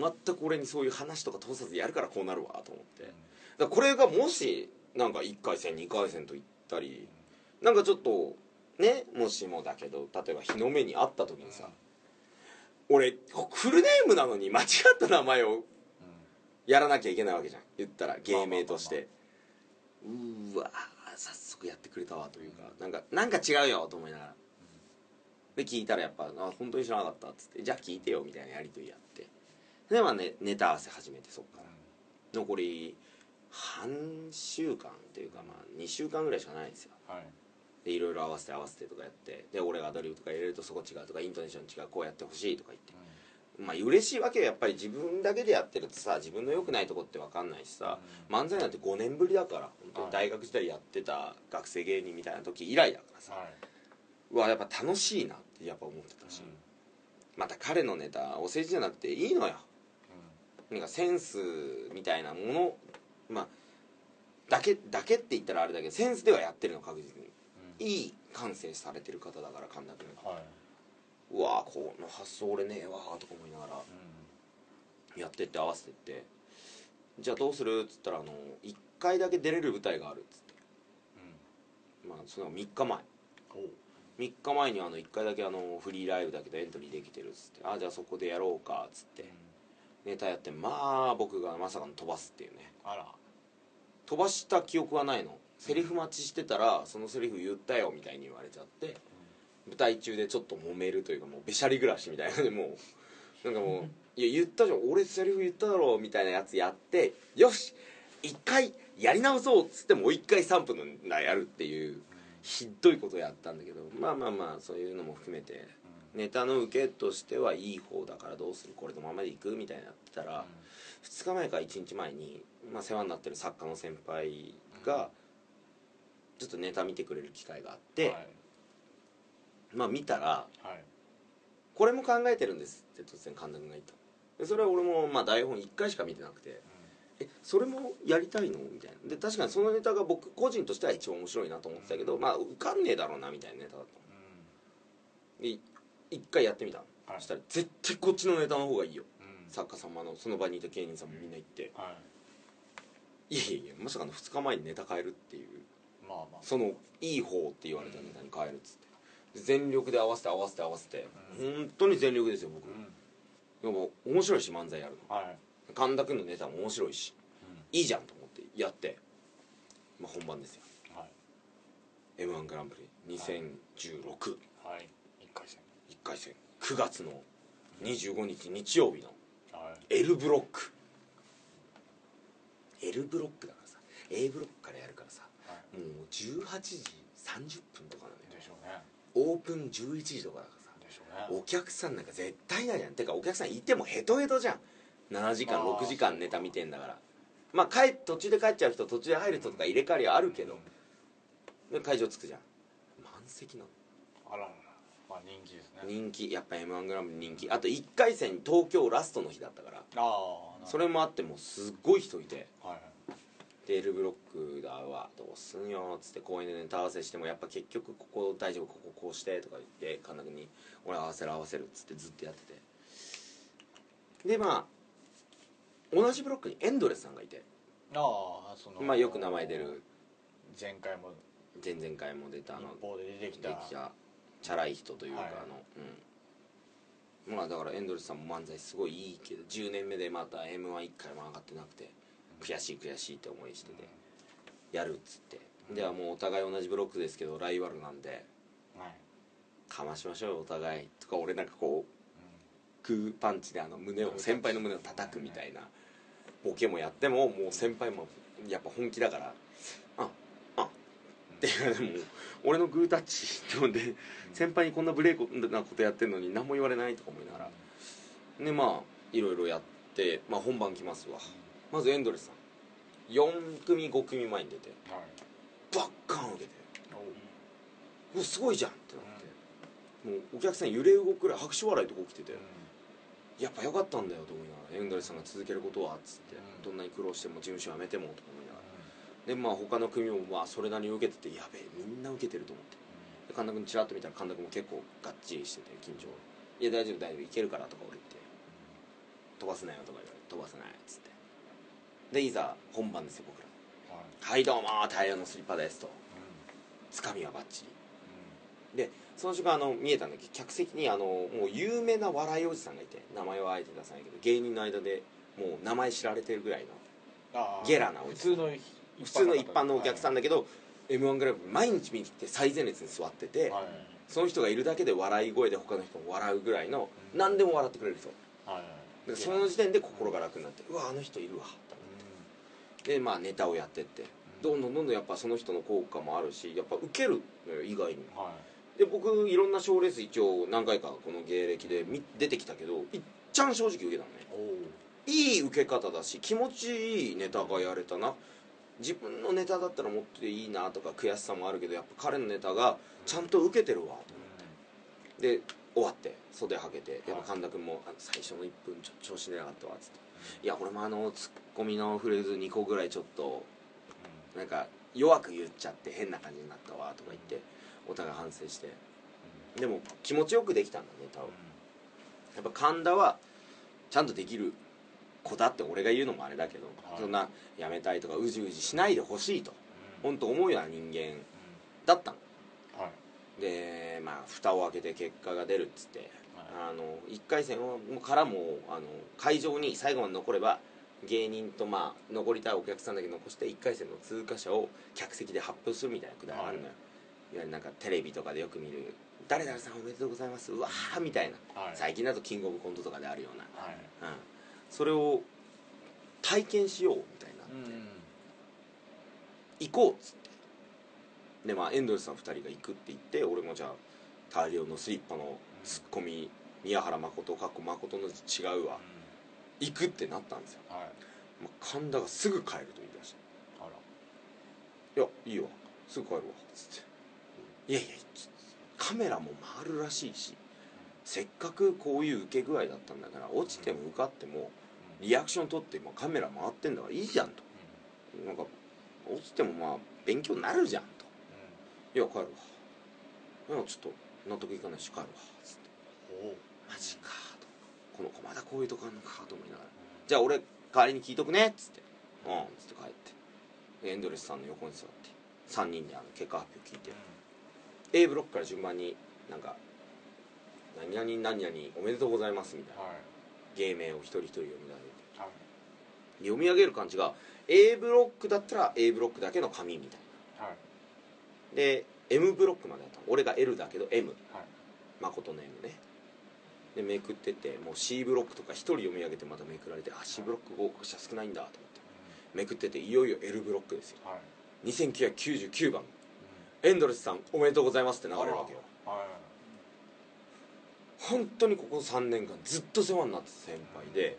全く俺にそういう話とか通さずやるからこうなるわと思って、うん、だからこれがもしなんかいっかい戦にかい戦といったり、うん、なんかちょっとねもしもだけど例えば日の目にあった時にさ、うん、俺フルネームなのに間違った名前をやらなきゃいけないわけじゃん言ったら芸名として、まあまあまあ、うわ早速やってくれたわというか、うん、なんかなんか違うよと思いながら、で聞いたらやっぱあ本当に知らなかったっつってじゃあ聞いてよみたいなやりとりやってでまあ、ね、ネタ合わせ始めてそっから、うん、残り半週間っていうかまあにしゅうかんぐらいしかないんですよ、はい、でいろいろ合わせて合わせてとかやってで俺がアドリブとか入れるとそこ違うとかイントネーション違うこうやってほしいとか言って、うん、まあ嬉しいわけよやっぱり自分だけでやってるとさ自分の良くないとこって分かんないしさ、うん、漫才なんてごねんぶりだから本当に大学時代やってた学生芸人みたいな時以来だからさ、はいうわやっぱ楽しいなってやっぱ思ってたし、うん、また彼のネタお世辞じゃなくていいのよ、うん、なんかセンスみたいなものまあだけだけって言ったらあれだけどセンスではやってるの確実に、うん、いい感性されてる方だから神田君、はい、うわこの発想俺ねえわとか思いながら、うん、やってって合わせてってじゃあどうするっつったらあのいっかいだけ出れる舞台があるっつって、うん、まあそのみっかまえみっかまえにあのいっかいだけあのフリーライブだけどエントリーできてるっつってあじゃあそこでやろうかっつって、うん、ネタやってまあ僕がまさかの飛ばすっていうねあら飛ばした記憶はないのセリフ待ちしてたらそのセリフ言ったよみたいに言われちゃって、うん、舞台中でちょっと揉めるというかもうべしゃり暮らしみたいなでもうなんかもういや言ったじゃん俺セリフ言っただろみたいなやつやってよしいっかいやり直そうっつってもういっかいさんぷんのやるっていうひどいことやったんだけどまあまあまあそういうのも含めてネタの受けとしてはいい方だからどうするこれのままでいくみたいになってたらふつかまえかいちにちまえに、まあ、世話になってる作家の先輩がちょっとネタ見てくれる機会があって、はい、まあ見たら、はい、これも考えてるんですって突然神田君が言ったでそれは俺もまあ台本いっかいしか見てなくてえそれもやりたいのみたいなで確かにそのネタが僕個人としては一番面白いなと思ってたけど、うん、まあ受かんねえだろうなみたいなネタだったの、うん、で一回やってみたの、はい、そしたら絶対こっちのネタの方がいいよ、うん、作家様のその場にいた芸人さんもみんな言って、はい、いやいやいやまさかのふつかまえにネタ変えるっていう、まあまあ、そのいい方って言われたネタに変えるっつって全力で合わせて合わせて合わせて、うん、本当に全力ですよ僕、うん、でも面白いし漫才やるの、はい、神田君のネタも面白いし、うん、いいじゃんと思ってやって、まあ、本番ですよ、はい、エムワン グランプリにせんじゅうろく、はいはい、いっかい戦いっかい戦くがつのにじゅうごにち日曜日の L ブロック、はい、L ブロックだからさ A ブロックからやるからさ、はい、もうじゅうはちじさんじゅっぷんとかなのよでしょうねオープンじゅういちじとかだからさでしょう、ね、お客さんなんか絶対ないじゃんてかお客さんいてもヘトヘトじゃんななじかんろくじかんネタ見てんだからまあ帰途中で帰っちゃう人途中で入る人とか入れ替わりはあるけど、うん、で会場着くじゃん満席なのあらららまあ人気ですね。 人気やっぱ エムワン グランプリ人気。あといっかい戦東京ラストの日だったから、 ああそれもあってもうすっごい人いて、 はいはいで L ブロックだわどうすんよっつって公園でネタ合わせしてもやっぱ結局ここ大丈夫こここうしてとか言って神田君に俺合わせる合わせるっつってずっとやってて、でまあ同じブロックにエンドレスさんがいて、 ああそのまあよく名前出る、 前回も前々回も出たあの一方で出てきたできたチャラい人というか、 はいあのうんまあだからエンドレスさんも漫才すごいいいけどじゅうねんめでまた エムワンいっ 回も上がってなくて悔しい悔しいって思いしててやるっつって、ではもうお互い同じブロックですけどライバルなんではいかましましょうよお互いとか、俺なんかこうグーパンチであの胸を先輩の胸を叩くみたいなボケもやってももう先輩もやっぱ本気だからああって言われても俺のグータッチって思って先輩にこんなブレークなことやってんのに何も言われないとか思いながらでまあいろいろやって、まあ、本番来ますわ。まずエンドレスさんよん組ご組前に出てはいバッカーン受けておもうすごいじゃんってなって、もうお客さん揺れ動くくらい拍手笑いとか起きてて、やっぱ良かったんだよと思いながらエンドレスさんが続けることはっつって、どんなに苦労しても事務所辞めてもとか思いながらでまあ他の組もまあそれなりに受けててやべえみんな受けてると思ってで神田君チラッと見たら神田君も結構がっちりしてて緊張いや大丈夫大丈夫いけるからとか俺言って飛ばすなよとか言われて飛ばせないっつってでいざ本番ですよ僕らはいどうも太陽のスリッパですとつかみはバッチリでその瞬間あの見えたんだけど客席にあのもう有名な笑いおじさんがいて名前はあえて出さないけど芸人の間でもう名前知られてるぐらいのゲラなおじさん普通の普通の一般のお客さんだけど エムワン グランプリ毎日見に来て最前列に座ってて、 はいその人がいるだけで笑い声で他の人も笑うぐらいの何でも笑ってくれる人はいでその時点で心が楽になってうわあの人いるわでまあネタをやってってどんどんどんどんやっぱその人の効果もあるしやっぱウケるのよ意外にはいで僕いろんな賞レース一応何回かこの芸歴でみ出てきたけどいっちゃん正直受けたのねおいい受け方だし気持ちいいネタがやれたな自分のネタだったらもっといいなとか悔しさもあるけどやっぱ彼のネタがちゃんと受けてるわと思ってで終わって袖はけてやっぱ神田君もあの最初のいっぷんちょっと調子出なかったわっつっていや俺もあのツッコミのフレーズにこぐらいちょっとなんか弱く言っちゃって変な感じになったわとか言ってお互い反省してでも気持ちよくできたんだネタをやっぱ神田はちゃんとできる子だって俺が言うのもあれだけど、はい、そんなやめたいとかうじうじしないでほしいと、うん、本当思うような人間だったの、はい、でまあ蓋を開けて結果が出るっつって、はい、あのいっかい戦からもあの会場に最後まで残れば芸人とまあ残りたいお客さんだけ残していっかい戦の通過者を客席で発表するみたいなくだりがあるのよ、はい、いわゆるなんかテレビとかでよく見る誰々さんおめでとうございますうわーみたいな、はい、最近だとキングオブコントとかであるような、はいうん、それを体験しようみたいになって、うん、行こうっつってでまあエンドレスさんふたりが行くって言って俺もじゃあ大量のスリッパのツッコミ、うん、宮原誠かっこ誠の字違うわ、うん、行くってなったんですよ、はいまあ、神田がすぐ帰ると言い出してあらいやいいよすぐ帰るわっつっていやいやカメラも回るらしいしせっかくこういう受け具合だったんだから落ちても受かってもリアクション取ってもカメラ回ってんだからいいじゃんとなんか落ちてもまあ勉強になるじゃんといや帰るわいやちょっと納得いかないし帰るわつっておマジかとこの子まだこういうとこあんのかと思いながらじゃあ俺代わりに聞いとくねっつってうんっつって帰ってエンドレスさんの横に座ってさんにんであの結果発表聞いてA ブロックから順番になんか何々何々おめでとうございますみたいな、はい、芸名を一人一人読み上げて、はい、読み上げる感じが A ブロックだったら A ブロックだけの紙みたいな、はい、で M ブロックまでだった俺が L だけど M、はい、誠の M ねでめくってってもう C ブロックとか一人読み上げてまためくられてあ C ブロック合格者少ないんだと思って、うん、めくってっていよいよ L ブロックですよ、はい、にせんきゅうひゃくきゅうじゅうきゅうばんエンドレスさんおめでとうございますって流れるわけよ、はい、本当にここさんねんかんずっと世話になってた先輩で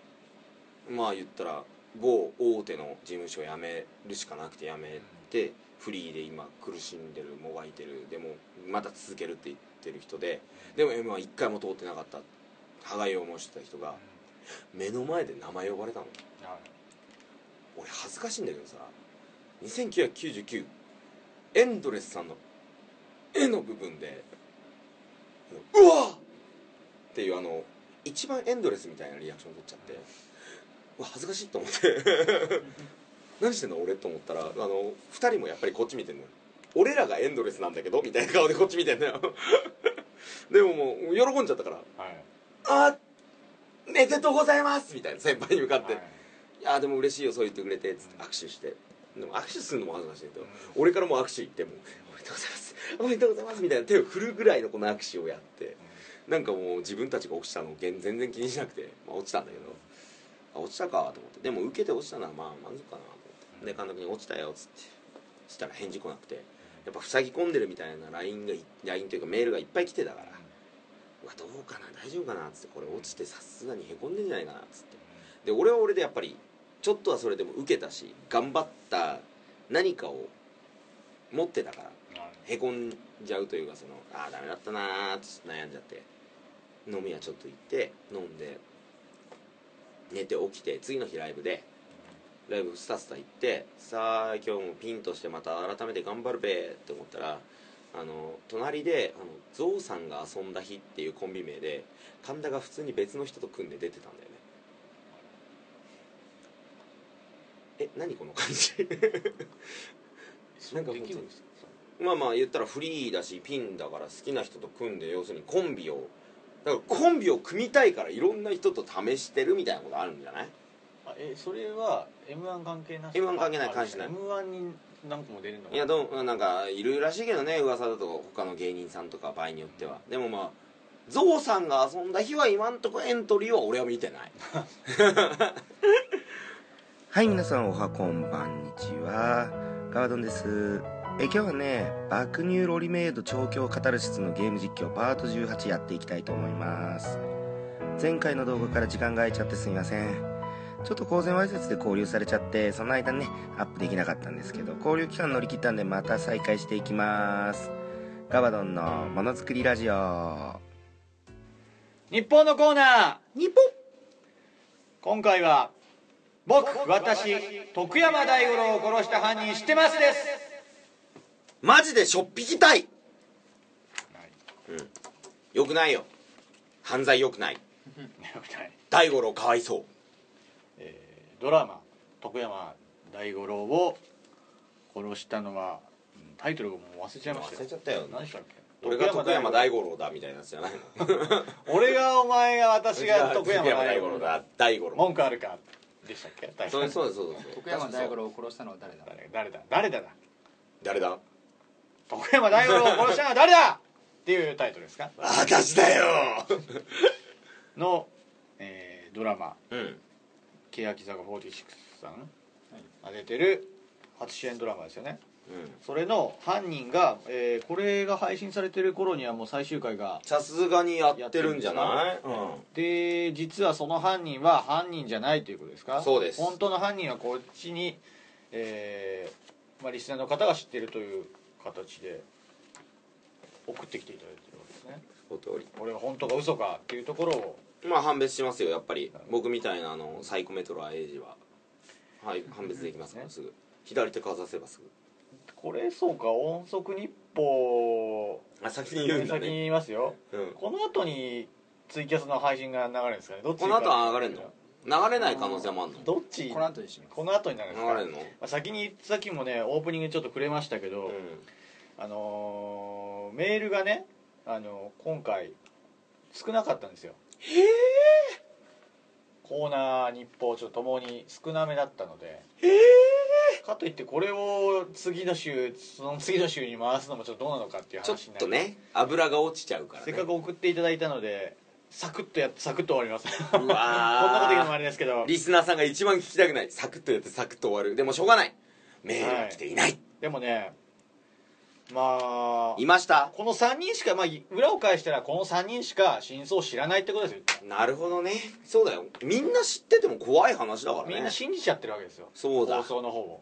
まあ言ったら某大手の事務所辞めるしかなくて辞めてフリーで今苦しんでるもがいてる、でもまた続けるって言ってる人で、でも エムワン 一回も通ってなかった歯がゆい思いしてた人が目の前で名前呼ばれたの。俺恥ずかしいんだけどさ、にせんきゅうひゃくきゅうじゅうきゅうエンドレスさんの絵の部分でうわっっていうあの一番エンドレスみたいなリアクション取っちゃって、うわ恥ずかしいと思って何してんの俺と思ったら、あのふたりもやっぱりこっち見てんのよ。俺らがエンドレスなんだけどみたいな顔でこっち見てんのよでももう喜んじゃったから、はい、あおめでとうございますみたいな先輩に向かって、はい、いやでも嬉しいよそう言ってくれてっつって握手して、でも握手するのも恥ずかしいけど、うん、俺からも握手行ってもおめでとうございますおめでとうございますみたいな手を振るぐらいのこの握手をやって、うん、なんかもう自分たちが落ちたのを全然気にしなくて、まあ、落ちたんだけど、あ落ちたかと思って、でも受けて落ちたのはまあ満足かなと思って、で監督に落ちたよっつってそしたら返事来なくて、やっぱ塞ぎ込んでるみたいな ライン が ライン というかメールがいっぱい来てたから、うわどうかな大丈夫かなっつって、これ落ちてさすがにへこんでんじゃないかなっつって、で俺は俺でやっぱりちょっとはそれでも受けたし頑張った何かを持ってたからへこんじゃうというか、そのああダメだったなーって悩んじゃって、飲み屋ちょっと行って飲んで寝て起きて次の日ライブでライブスタスタ行って、さあ今日もピンとしてまた改めて頑張るべーって思ったら、あの隣であのゾウさんが遊んだ日っていうコンビ名で神田が普通に別の人と組んで出てたんだよね。え何この感じなんかできるんですか。まあまあ言ったらフリーだしピンだから好きな人と組んで、要するにコンビをだからコンビを組みたいからいろんな人と試してるみたいなことあるんじゃない。 あえそれは エムワン 関係なしエムワン 関係ない関係ないエムワン に何個も出るのかな。 いやどうなんかいるらしいけどね、噂だと他の芸人さんとか場合によっては、でもまあゾウさんが遊んだ日は今んとこエントリーは俺は見てないはい皆さんおはこんばんにちは、ガワドンです。え今日はね爆乳ロリメイド調教カタルシスのゲーム実況パートじゅうはちやっていきたいと思います。前回の動画から時間が空いちゃってすみません。ちょっと公然わいせつで交流されちゃってその間ねアップできなかったんですけど、交流期間乗り切ったんでまた再開していきます。ガバドンのものづくりラジオ日本のコーナー、 日本今回は僕私徳山大五郎を殺した犯人知ってますです。 マジでしょっぴきたい、はい、うんよくないよ、犯罪よくない大五郎かわいそう、 えー、ドラマ徳山大五郎を殺したのはタイトルをもう忘れちゃいましたよ。 忘れちゃったよ。 何でしたっけ。 俺が徳山大五郎だみたいなやつじゃないの俺がお前が私が徳山大五郎だ大五郎文句あるかでしたっけ。 そうですそうですそうです。 徳山大五郎を殺したのは誰だ誰だ誰だ誰だ徳山大五郎を殺したのは誰だっていうタイトルですか。 私だよの、えー、ドラマ、 うん、 欅坂フォーティーシックスさんが出てる初主演ドラマですよね、うん、それの犯人が、えー、これが配信されてる頃にはもう最終回がさすがにやってるんじゃない、うん、 で実はその犯人は犯人じゃないということですか。 そうです。 本当の犯人はこっちに、えーまあ、リスナーの方が知ってるという形で送ってきていただいてるわけですね。 その通り。 これが本当か嘘かっていうところをまあ判別しますよやっぱり。僕みたいなあのサイコメトロアエイジは、はい、判別できますから、すぐ左手かざせばすぐ。 これそうか、音速日報あ先に言うんだね。 先に言いますよ、うん、この後にツイキャスの配信が流れるんですかね。どっちこの後は流れるの。流れない可能性もあるの。 どっちこの後にします。 この後になるんですか。 流れるの、まあ、先にさっきもねオープニングでちょっと触れましたけど、うん、あのー、メールがね、あのー、今回少なかったんですよ。 へえ。 コーナー日報ちょっとともに少なめだったので、 へえ。 かといってこれを次の週その次の週に回すのもちょっとどうなのかっていう話になる。 ちょっとね油が落ちちゃうからね。 せっかく送っていただいたのでサクッとやってサクッと終わります。 うわこんなこと言うのもあれですけど、 リスナーさんが一番聞きたくない、サクッとやってサクッと終わる。でもしょうがない、メールが来ていない、はい、 でもねまあいました。 このさんにんしか、まあ、裏を返したらこのさんにんしか真相を知らないってことですよ。 なるほどね。そうだよ、みんな知ってても怖い話だからね。 みんな信じちゃってるわけですよ。 そうだ、 放送の方を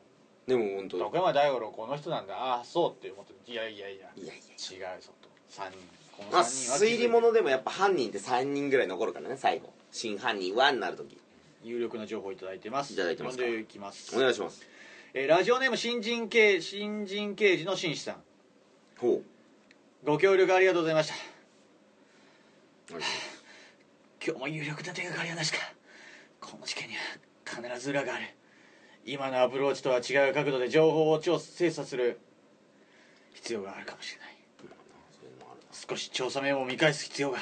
でも本当徳山大五郎この人なんだ、ああそうって思って、いやいやいやいやいや違うぞと、さんにんこのまあさんにんは推理物でもやっぱ犯人ってさんにんぐらい残るからね、最後真犯人はになるとき。 有力な情報をいただいてます。 いただいてますか。 読んでいきます。 お願いします。 えーラジオネーム新人刑新人刑事の紳士さん、 ほう、 ご協力ありがとうございました。 ありがとうございます。 今日も有力な手がかりはなしか。この事件には必ず裏がある。今のアプローチとは違う角度で情報を調査精査する必要があるかもしれない。 そういうのもあるな。 少し調査メモを見返す必要が。ん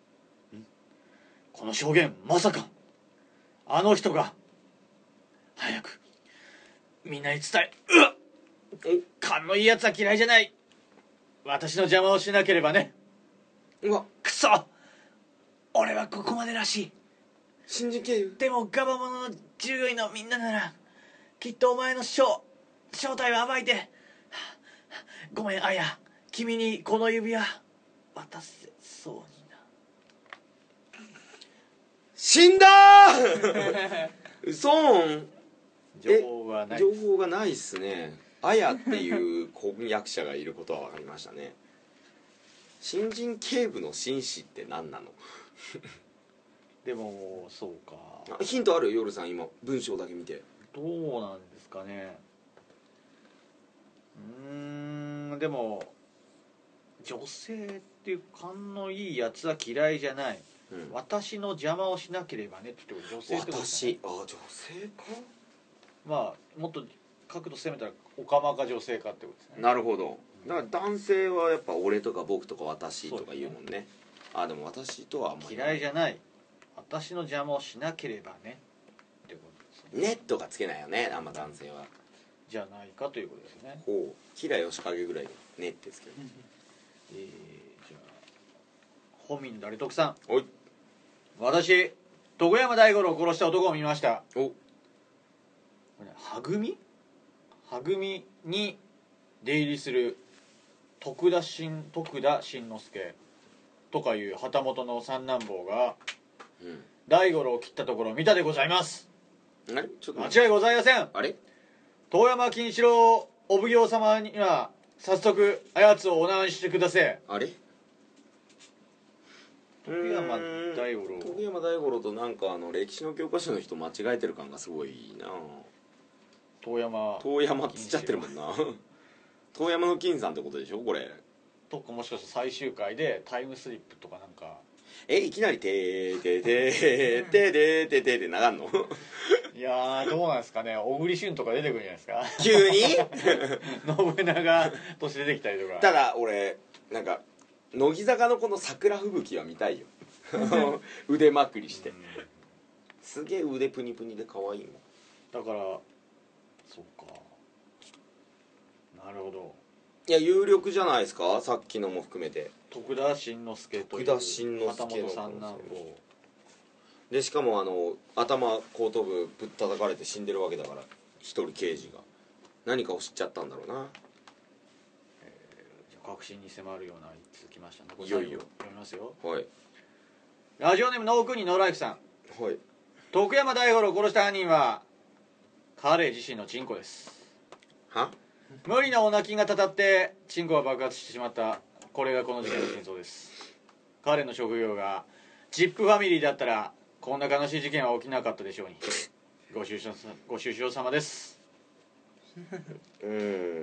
この証言まさかあの人が。早くみんなに伝え、うわっ、勘のいいやつは嫌いじゃない。私の邪魔をしなければね。 うわ、 くそ、俺はここまでらしい。 新人経由。 でもガバモノの従業員のみんなならきっとお前の正正体を暴いて、ごめんあや、君にこの指輪渡せそうにな。 死んだー嘘ん。 情報がない。 情報がないっすね。あやっていう婚約者がいることは分かりましたね。新人警部の紳士って何なのでもそうか、 あ、ヒントある？夜さん今文章だけ見て。 どうなんですかね。うーん、でも女性っていう勘のいいやつは嫌いじゃない、うん、私の邪魔をしなければねって言って女性ってことですね。 私、あ、女性か。 まあもっと角度攻めたらオカマか女性かってことですね。 なるほど。だから男性はやっぱ俺とか僕とか私とか言うもんね。 ね、 あ、でも私とはあんまり嫌いじゃない、私の邪魔をしなければねってことですね。 ネットがつけないよね、あんま男性は。 じゃないかということですね。 ほう、キラヨシカゲぐらいのねってですけどえー、じゃあ本民誰徳さん、 おい、 私徳山大五郎を殺した男を見ました。 お、 はぐみはぐみに出入りする徳田新徳田新之助とかいう旗本の三男坊が、うん、大五郎を切ったところを見たでございます。 あれ、ちょっと間違いございません。 あれ、 遠山金四郎お奉行様には早速あやつをお願いしてください。 あれ、 徳山大五郎徳山大五郎となんかあの歴史の教科書の人間違えてる感がすごいな。 遠山遠山っつっちゃってるもんな遠山の金さんってことでしょこれ。 とかもしかしたら最終回でタイムスリップとかなんか、 え、いきなりてーてーてーてーてーてーてーって流んのいやーどうなんですかね、小栗旬とか出てくるんじゃないですか急に信長として出てきたりとか。 ただ俺なんか乃木坂のこの桜吹雪は見たいよ腕まくりして、すげえ腕プニプニで可愛いもん。 だからそっか、なるほど。 いや有力じゃないですか、さっきのも含めて。 徳田新之助という徳田新之助の旗本三男坊で、しかもあの頭後頭部ぶったたかれて死んでるわけだから、一人刑事が何かを知っちゃったんだろうな。 えー、じゃあ確信に迫るような一通きましたね。 いよいよ読みますよ。 はいラジオネームノークニノーライフさん、 はい。 徳山大五郎を殺した犯人は彼自身のチンコです。 は、 無理なお泣きがたたってチンコが爆発してしまった、これがこの事件の真相です。彼の職業がジップファミリーだったらこんな悲しい事件は起きなかったでしょうに。ご愁傷さご愁傷様です。 うー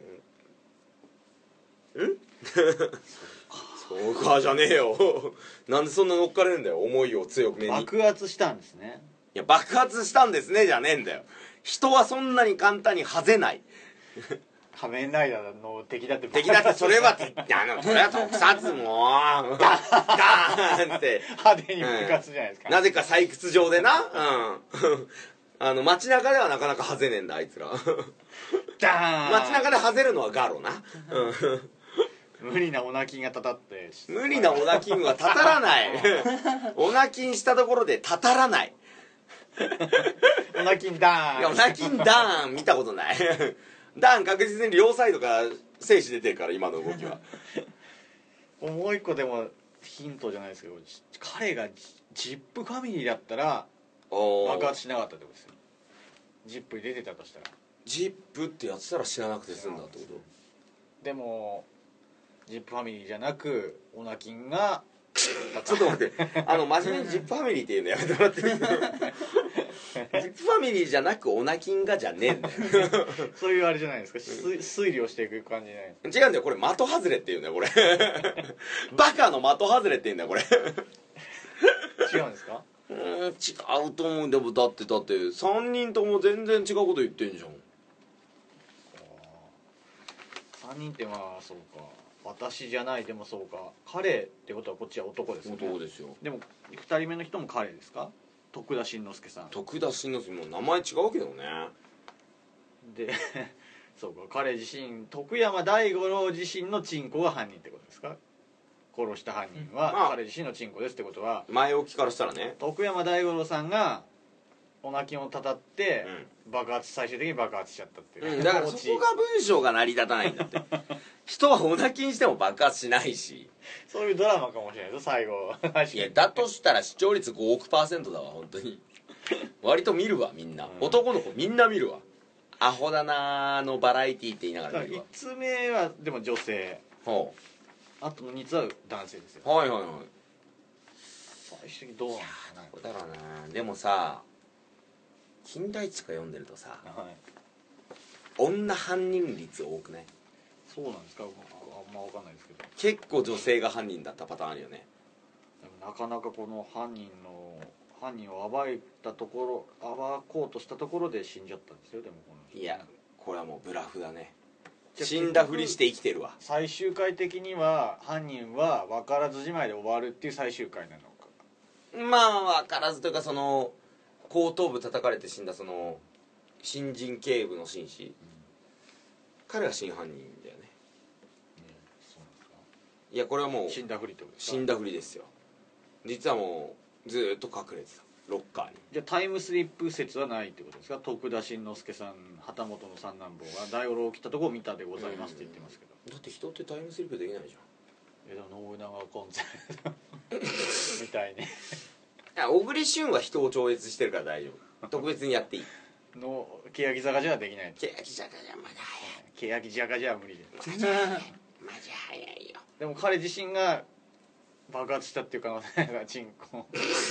んんそうかじゃねえよなんでそんな乗っかれるんだよ、思いを強めに。 爆発したんですね。 いや爆発したんですねじゃねえんだよ。人はそんなに簡単にはぜない。 仮面ライダーの敵だって敵だってそれはあのそれは特撮もガーンって派手に爆発じゃないですか、 うん、なぜか採掘場でな、うんあの街中ではなかなかはぜねえんだあいつらダーン街中ではぜるのはガロな、 うん、無理なオナキンがたたって無理なオナキンはたたらないオナキンしたところでたたらないオナキンダーン。 いやオナキンダーン見たことないダーン確実に両サイドから精子出てるから今の動きはもう一個でもヒントじゃないですけど、彼がジップファミリーだったら爆発しなかったってことですよ。ジップに出てたとしたらジップってやってたら知らなくて済んだってこと？ でもジップファミリーじゃなくオナキンがちょっと待ってあの真面目にジップファミリーっていうのやめてもらっていい？ジップファミリーじゃなくオナキンがじゃねえんだよそういうあれじゃないですか、推理をしていく感じじゃないですか？違うんだよ、これ的外れっていうんだよこれバカの的外れって言うんだよこれ違うんですか？ うん、違うと思うんだよ。だってだってさんにんとも全然違うこと言ってんじゃん。 さんにんってまあそうか、私じゃないでもそうか、彼ってことはこっちは男ですよね。 男ですよ。 でもふたりめの人も彼ですか？徳田新之助さん。 徳田新之助も名前違うけどね。 でそうか、彼自身徳山大五郎自身のチンコが犯人ってことですか？殺した犯人は彼自身のチンコですってことは、 前置きからしたらね、 徳山大五郎さんがオナキンをたたって爆発、最終的に爆発しちゃったっていう、 うん、だからそこが文章が成り立たないんだって人はオナキンしても爆発しないし、 そういうドラマかもしれないです最後いやだとしたら視聴率ごおくパーセントだわ本当に割と見るわみんな、うん、男の子みんな見るわ。アホだなーのバラエティーって言いながら見るわ。 いちつめはでも女性、 ほう、 あとのみっつは男性ですよ。 はいはいはい。 最終的にどうなんですかね。 だろうな。でもさ、金田一とか読んでるとさ、はい、女犯人率多くない？ そうなんですか？僕あんま分かんないですけど、 結構女性が犯人だったパターンあるよね。 でもなかなかこの犯人の犯人を暴いたところ、暴こうとしたところで死んじゃったんですよ。でもこの人、 いやこれはもうブラフだね。死んだふりして生きてるわ。 最終回的には犯人は分からずじまいで終わるっていう最終回なのか。 まあ分からずというか、その後頭部叩かれて死んだその新人警部の紳士、うん、彼が真犯人だよね。ね、そうなんですか？いやこれはもう死んだふりってことですか？ 死んだふりですよ。実はもうずーっと隠れてたロッカーに。 じゃあタイムスリップ説はないってことですか？徳田新之助さん、旗本の三男坊が大五郎を来たところを見たでございますって言ってますけど、 だって人ってタイムスリップできないじゃん。 え、でも信長コンセみたいにいや小栗旬は人を超越してるから大丈夫特別にやっていいの欅坂じゃできない。 欅坂じゃまだ早い。欅坂じゃ無理でマジ早いマジ早いよ。 でも彼自身が爆発したっていう可能性がチンコ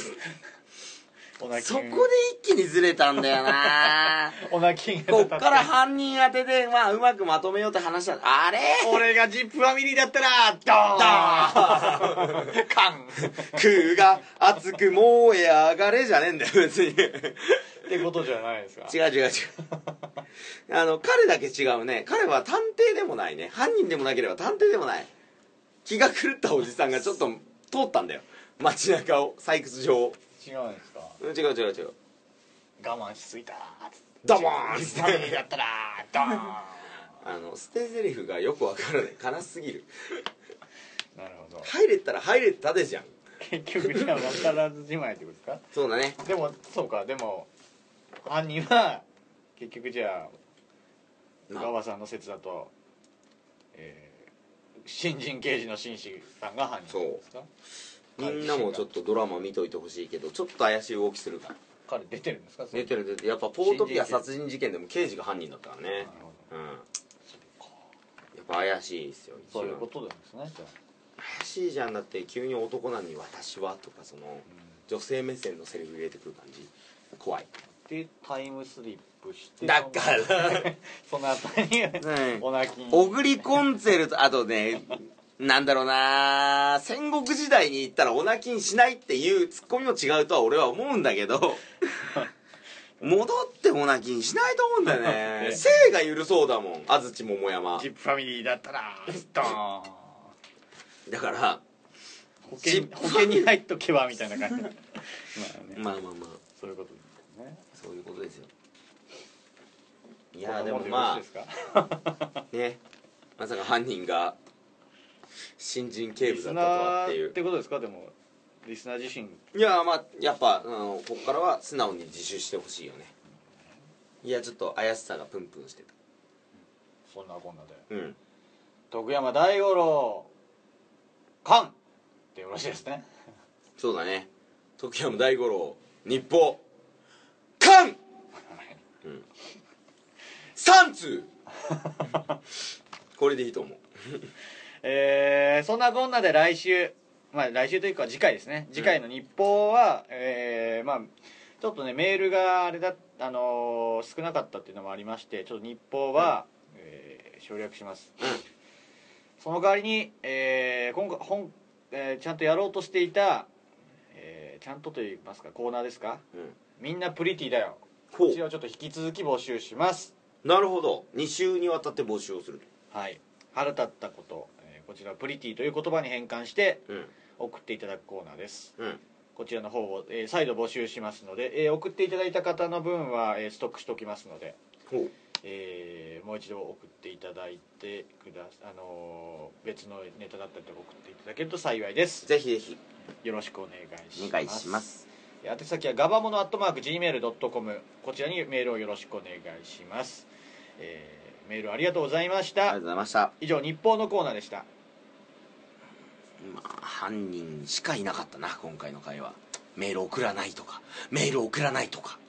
そこで一気にずれたんだよなオナキンこっから犯人当てで、まあ、うまくまとめようって話だ。あれ俺がジップファミリーだったらドーンカン空が熱く燃え上がれじゃねえんだよ別にってことじゃないですか。 違う違う違うあの彼だけ違うね。彼は探偵でもないね。犯人でもなければ探偵でもない。気が狂ったおじさんがちょっと通ったんだよ街中を、採掘場を。 違うんですか？ 違う違う違う。 我慢しすぎたドボーンジップファミリーだったらドーンあの捨て台詞がよくわからない。悲しすぎるなるほど。 入れたら入れたでじゃん。 結局じゃあ分からずじまいってことですか？ そうだね。 でもそうか。でも犯人は結局じゃあガワさんの説だと、えー、新人刑事の紳士さんが犯人ですか？ みんなもちょっとドラマ見といてほしいけど、ちょっと怪しい動きするから。 彼出てるんですか？ 出てる出てる。やっぱポートピア殺人事件でも刑事が犯人だったからね。なるほど、うん、やっぱ怪しいですよ。 そういうことなんですね。じゃあ怪しいじゃん。だって急に男なのに私はとかその、うん、女性目線のセリフ入れてくる感じ怖い。 でタイムスリップしてだからその後に、うん、オナキン小栗コンツェルト、あとねなんだろうな、戦国時代に行ったらオナキンしないっていうツッコミも違うとは俺は思うんだけど戻ってオナキンしないと思うんだよね性が許そうだもん。安土桃山ジップファミリーだったらドーンだから保険保険に入っとけばみたいな感じまあ、ね、 まあまあまあそういうことですね。 そういうことですよ。いやでもまあね、まさか犯人が新人警部だったとはっていうってことですか？でもリスナー自身いやまあやっぱ、うん、ここからは素直に自首してほしいよね。いやちょっと怪しさがプンプンしてた。 そんなこんなで、 うん、 徳山大五郎カンってよろしいですね。 そうだね。徳山大五郎日報カン、うん、 さん通これでいいと思うえー、そんなこんなで来週、まあ来週というか次回ですね、次回の日報は、うん、えー、まあちょっとねメールがあれだ、あのー、少なかったっていうのもありまして、ちょっと日報は、うん、えー、省略します、うん、その代わりに、えー、今回本、えー、ちゃんとやろうとしていた、えー、ちゃんとといいますかコーナーですか、うん、みんなプリティだよ、こちらをちょっと引き続き募集します。 なるほど、に週にわたって募集をすると。 はい、腹立ったこと、えー、こちらプリティという言葉に変換して送っていただくコーナーです、うん、こちらの方を、えー、再度募集しますので、えー、送っていただいた方の分は、えー、ストックしておきますので、えー、もう一度送っていただいてくだ、あのー、別のネタだったりとか送っていただけると幸いです。 ぜひぜひよろしくお願いします。 お願いします。 宛先はガバモノアットマーク ジーメールドットコム、 こちらにメールをよろしくお願いします。えー、メールありがとうございました。 ありがとうございました。 以上日報のコーナーでした。 まあ犯人しかいなかったな今回の会話。メール送らないとかメール送らないとか